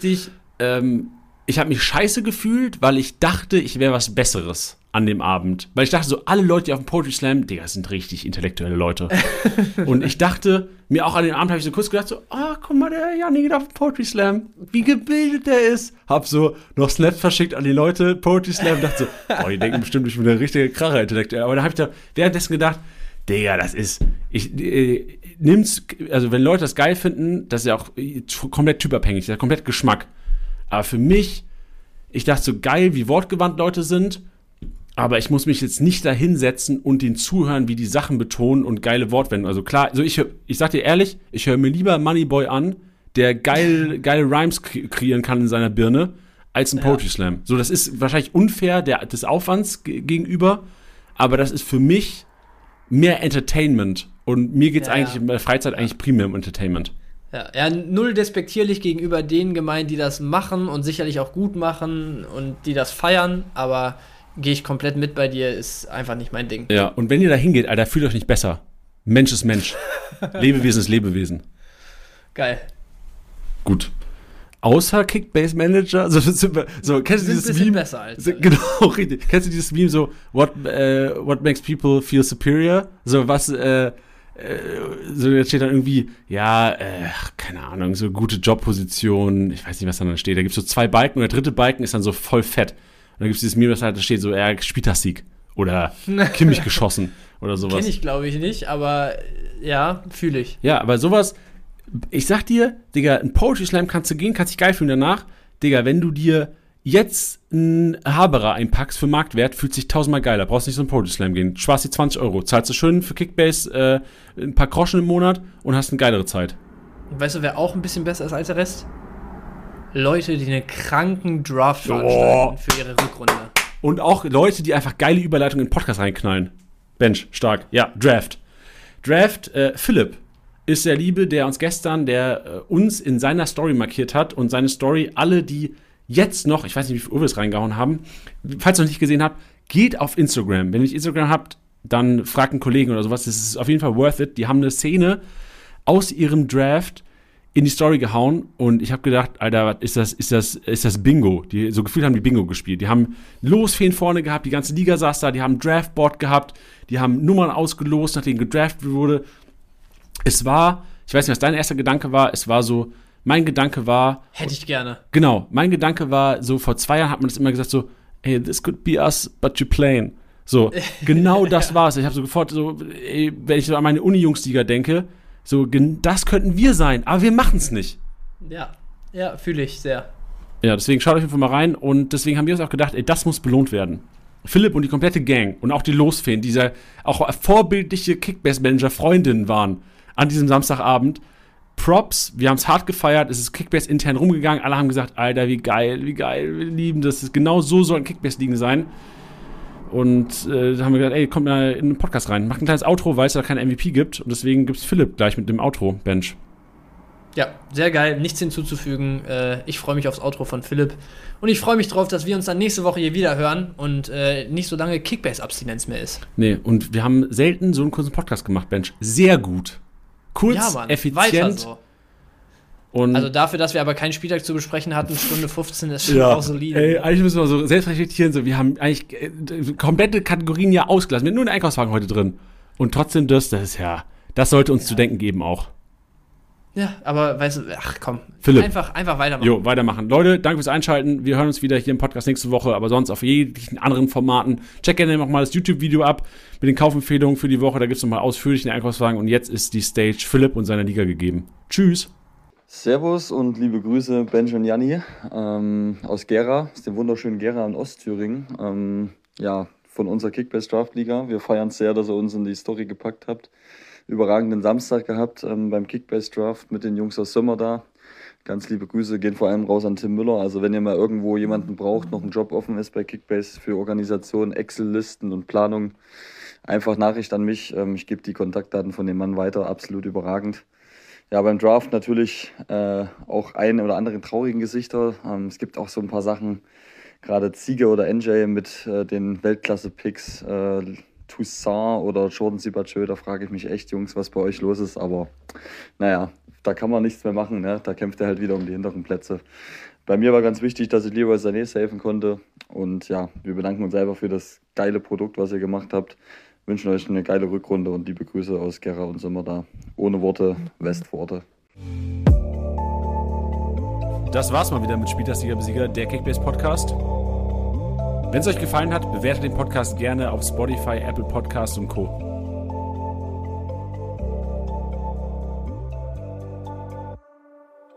ich habe mich scheiße gefühlt, weil ich dachte, ich wäre was Besseres an dem Abend. Weil ich dachte so, alle Leute, die auf dem Poetry Slam, Digga, das sind richtig intellektuelle Leute. Und ich dachte, mir auch an dem Abend habe ich so kurz gedacht so, guck mal, der Janni geht auf den Poetry Slam, wie gebildet der ist. Hab so noch Snaps verschickt an die Leute, Poetry Slam, dachte so, die denken bestimmt, ich bin der richtige Kracher intellektuell. Aber da habe ich da währenddessen gedacht, Digga, das ist, nimm's, also wenn Leute das geil finden, das ist ja auch komplett typabhängig, das ist ja komplett Geschmack. Aber für mich, ich dachte so geil, wie wortgewandt Leute sind, aber ich muss mich jetzt nicht da hinsetzen und den zuhören, wie die Sachen betonen und geile Wortwendungen. Also klar, also ich sag dir ehrlich, ich höre mir lieber Moneyboy an, der geile Rhymes kreieren kann in seiner Birne, als ein Poetry Slam. So, das ist wahrscheinlich unfair des Aufwands gegenüber, aber das ist für mich mehr Entertainment. Und mir geht's eigentlich in der Freizeit eigentlich primär um Entertainment. Ja, null despektierlich gegenüber denen gemeint, die das machen und sicherlich auch gut machen und die das feiern, aber gehe ich komplett mit bei dir, ist einfach nicht mein Ding. Ja, und wenn ihr da hingeht, Alter, fühlt euch nicht besser. Mensch ist Mensch. Lebewesen ist Lebewesen. Geil. Gut. Außer Kickbase Manager, so kennst du dieses Meme? Besser als genau, richtig. Kennst du dieses Meme so, what makes people feel superior? So was, so da steht dann irgendwie, keine Ahnung, so gute Jobposition, ich weiß nicht, was dann steht. Da gibt es so 2 Balken und der dritte Balken ist dann so voll fett. Und dann gibt es dieses Meme, das halt da steht so, Spieltagssieg oder Kimmich geschossen oder sowas. Kenn ich, glaube ich, nicht, aber ja, fühle ich. Ja, aber sowas, ich sag dir, Digga, ein Poetry Slam kannst du gehen, kannst dich geil fühlen danach. Digga, wenn du dir jetzt einen Haberer einpackst für Marktwert, fühlt sich 1000-mal geiler. Brauchst nicht so ein Poetry Slam gehen. Sparst dir 20 Euro. Zahlst du schön für Kickbase ein paar Groschen im Monat und hast eine geilere Zeit. Und weißt du, wer auch ein bisschen besser ist als der Rest? Leute, die einen kranken Draft veranstalten für ihre Rückrunde. Und auch Leute, die einfach geile Überleitungen in den Podcast reinknallen. Bench, stark. Ja, Draft. Philipp ist der Liebe, der uns in seiner Story markiert hat und seine Story, alle, die jetzt noch, ich weiß nicht, wie viel Uhr wir es reingehauen haben, falls ihr noch nicht gesehen habt, geht auf Instagram. Wenn ihr nicht Instagram habt, dann fragt einen Kollegen oder sowas. Das ist auf jeden Fall worth it. Die haben eine Szene aus ihrem Draft in die Story gehauen und ich habe gedacht, Alter, was ist das Bingo? So gefühlt haben die Bingo gespielt. Die haben Losfeen vorne gehabt, die ganze Liga saß da, die haben ein Draftboard gehabt, die haben Nummern ausgelost, nachdem gedraftet wurde. Es war, ich weiß nicht, was dein erster Gedanke war, mein Gedanke war... Hätte ich gerne. Genau, mein Gedanke war, so vor 2 Jahren hat man das immer gesagt, so, hey, this could be us, but you're playing. So, genau das war's. Ich habe so sofort so, ey, wenn ich so an meine Uni-Jungsliga denke, so, das könnten wir sein, aber wir machen es nicht. Ja, fühle ich sehr. Ja, deswegen schaut euch einfach mal rein und deswegen haben wir uns auch gedacht, ey, das muss belohnt werden. Philipp und die komplette Gang und auch die Losfeen, die auch vorbildliche Kickbase-Manager-Freundinnen waren an diesem Samstagabend. Props, wir haben es hart gefeiert, es ist Kickbase intern rumgegangen, alle haben gesagt, Alter, wie geil, wir lieben das, genau so sollen Kickbase-Ligen sein. Und da haben wir gesagt, ey, kommt mal in den Podcast rein, macht ein kleines Outro, weil es da kein MVP gibt und deswegen gibt es Philipp gleich mit dem Outro, Bench. Ja, sehr geil, nichts hinzuzufügen. Ich freue mich aufs Outro von Philipp und ich freue mich drauf, dass wir uns dann nächste Woche hier wieder hören und nicht so lange Kickbase-Abstinenz mehr ist. Nee, und wir haben selten so einen kurzen Podcast gemacht, Bench. Sehr gut. Kurz, ja, Mann, effizient. Weiter so. Und also dafür, dass wir aber keinen Spieltag zu besprechen hatten, Stunde 15 ist schon auch solide. Ey, eigentlich müssen wir so selbst reflektieren, so, wir haben eigentlich komplette Kategorien ja ausgelassen. Wir haben nur einen Einkaufswagen heute drin. Und trotzdem das sollte uns zu denken geben auch. Ja, aber weißt du, ach komm, Philipp. Einfach weitermachen. Jo, weitermachen. Leute, danke fürs Einschalten. Wir hören uns wieder hier im Podcast nächste Woche, aber sonst auf jeglichen anderen Formaten. Check gerne nochmal das YouTube-Video ab mit den Kaufempfehlungen für die Woche. Da gibt es nochmal ausführlich den Einkaufswagen. Und jetzt ist die Stage Philipp und seiner Liga gegeben. Tschüss. Servus und liebe Grüße, Benj und Janni aus Gera, aus dem wunderschönen Gera in Ostthüringen. Von unserer Kickbase-Draft-Liga. Wir feiern es sehr, dass ihr uns in die Story gepackt habt. Überragenden Samstag gehabt beim Kickbase-Draft mit den Jungs aus Sömmer da. Ganz liebe Grüße gehen vor allem raus an Tim Müller. Also wenn ihr mal irgendwo jemanden braucht, noch ein Job offen ist bei Kickbase für Organisation, Excel-Listen und Planung, einfach Nachricht an mich. Ich gebe die Kontaktdaten von dem Mann weiter, absolut überragend. Ja, beim Draft natürlich auch ein oder andere traurigen Gesichter. Es gibt auch so ein paar Sachen, gerade Ziege oder NJ mit den Weltklasse-Picks, Toussaint oder Jordan Sibachö, da frage ich mich echt, Jungs, was bei euch los ist. Aber naja, da kann man nichts mehr machen. Ne? Da kämpft er halt wieder um die hinteren Plätze. Bei mir war ganz wichtig, dass ich Leroy Sané safen konnte. Und ja, wir bedanken uns selber für das geile Produkt, was ihr gemacht habt. Wünschen euch eine geile Rückrunde und liebe Grüße aus Gera und Sommer da. Ohne Worte, Westworte. Das war's mal wieder mit Spieltagsliga-Besieger, der Kickbase-Podcast. Wenn es euch gefallen hat, bewertet den Podcast gerne auf Spotify, Apple Podcasts und Co.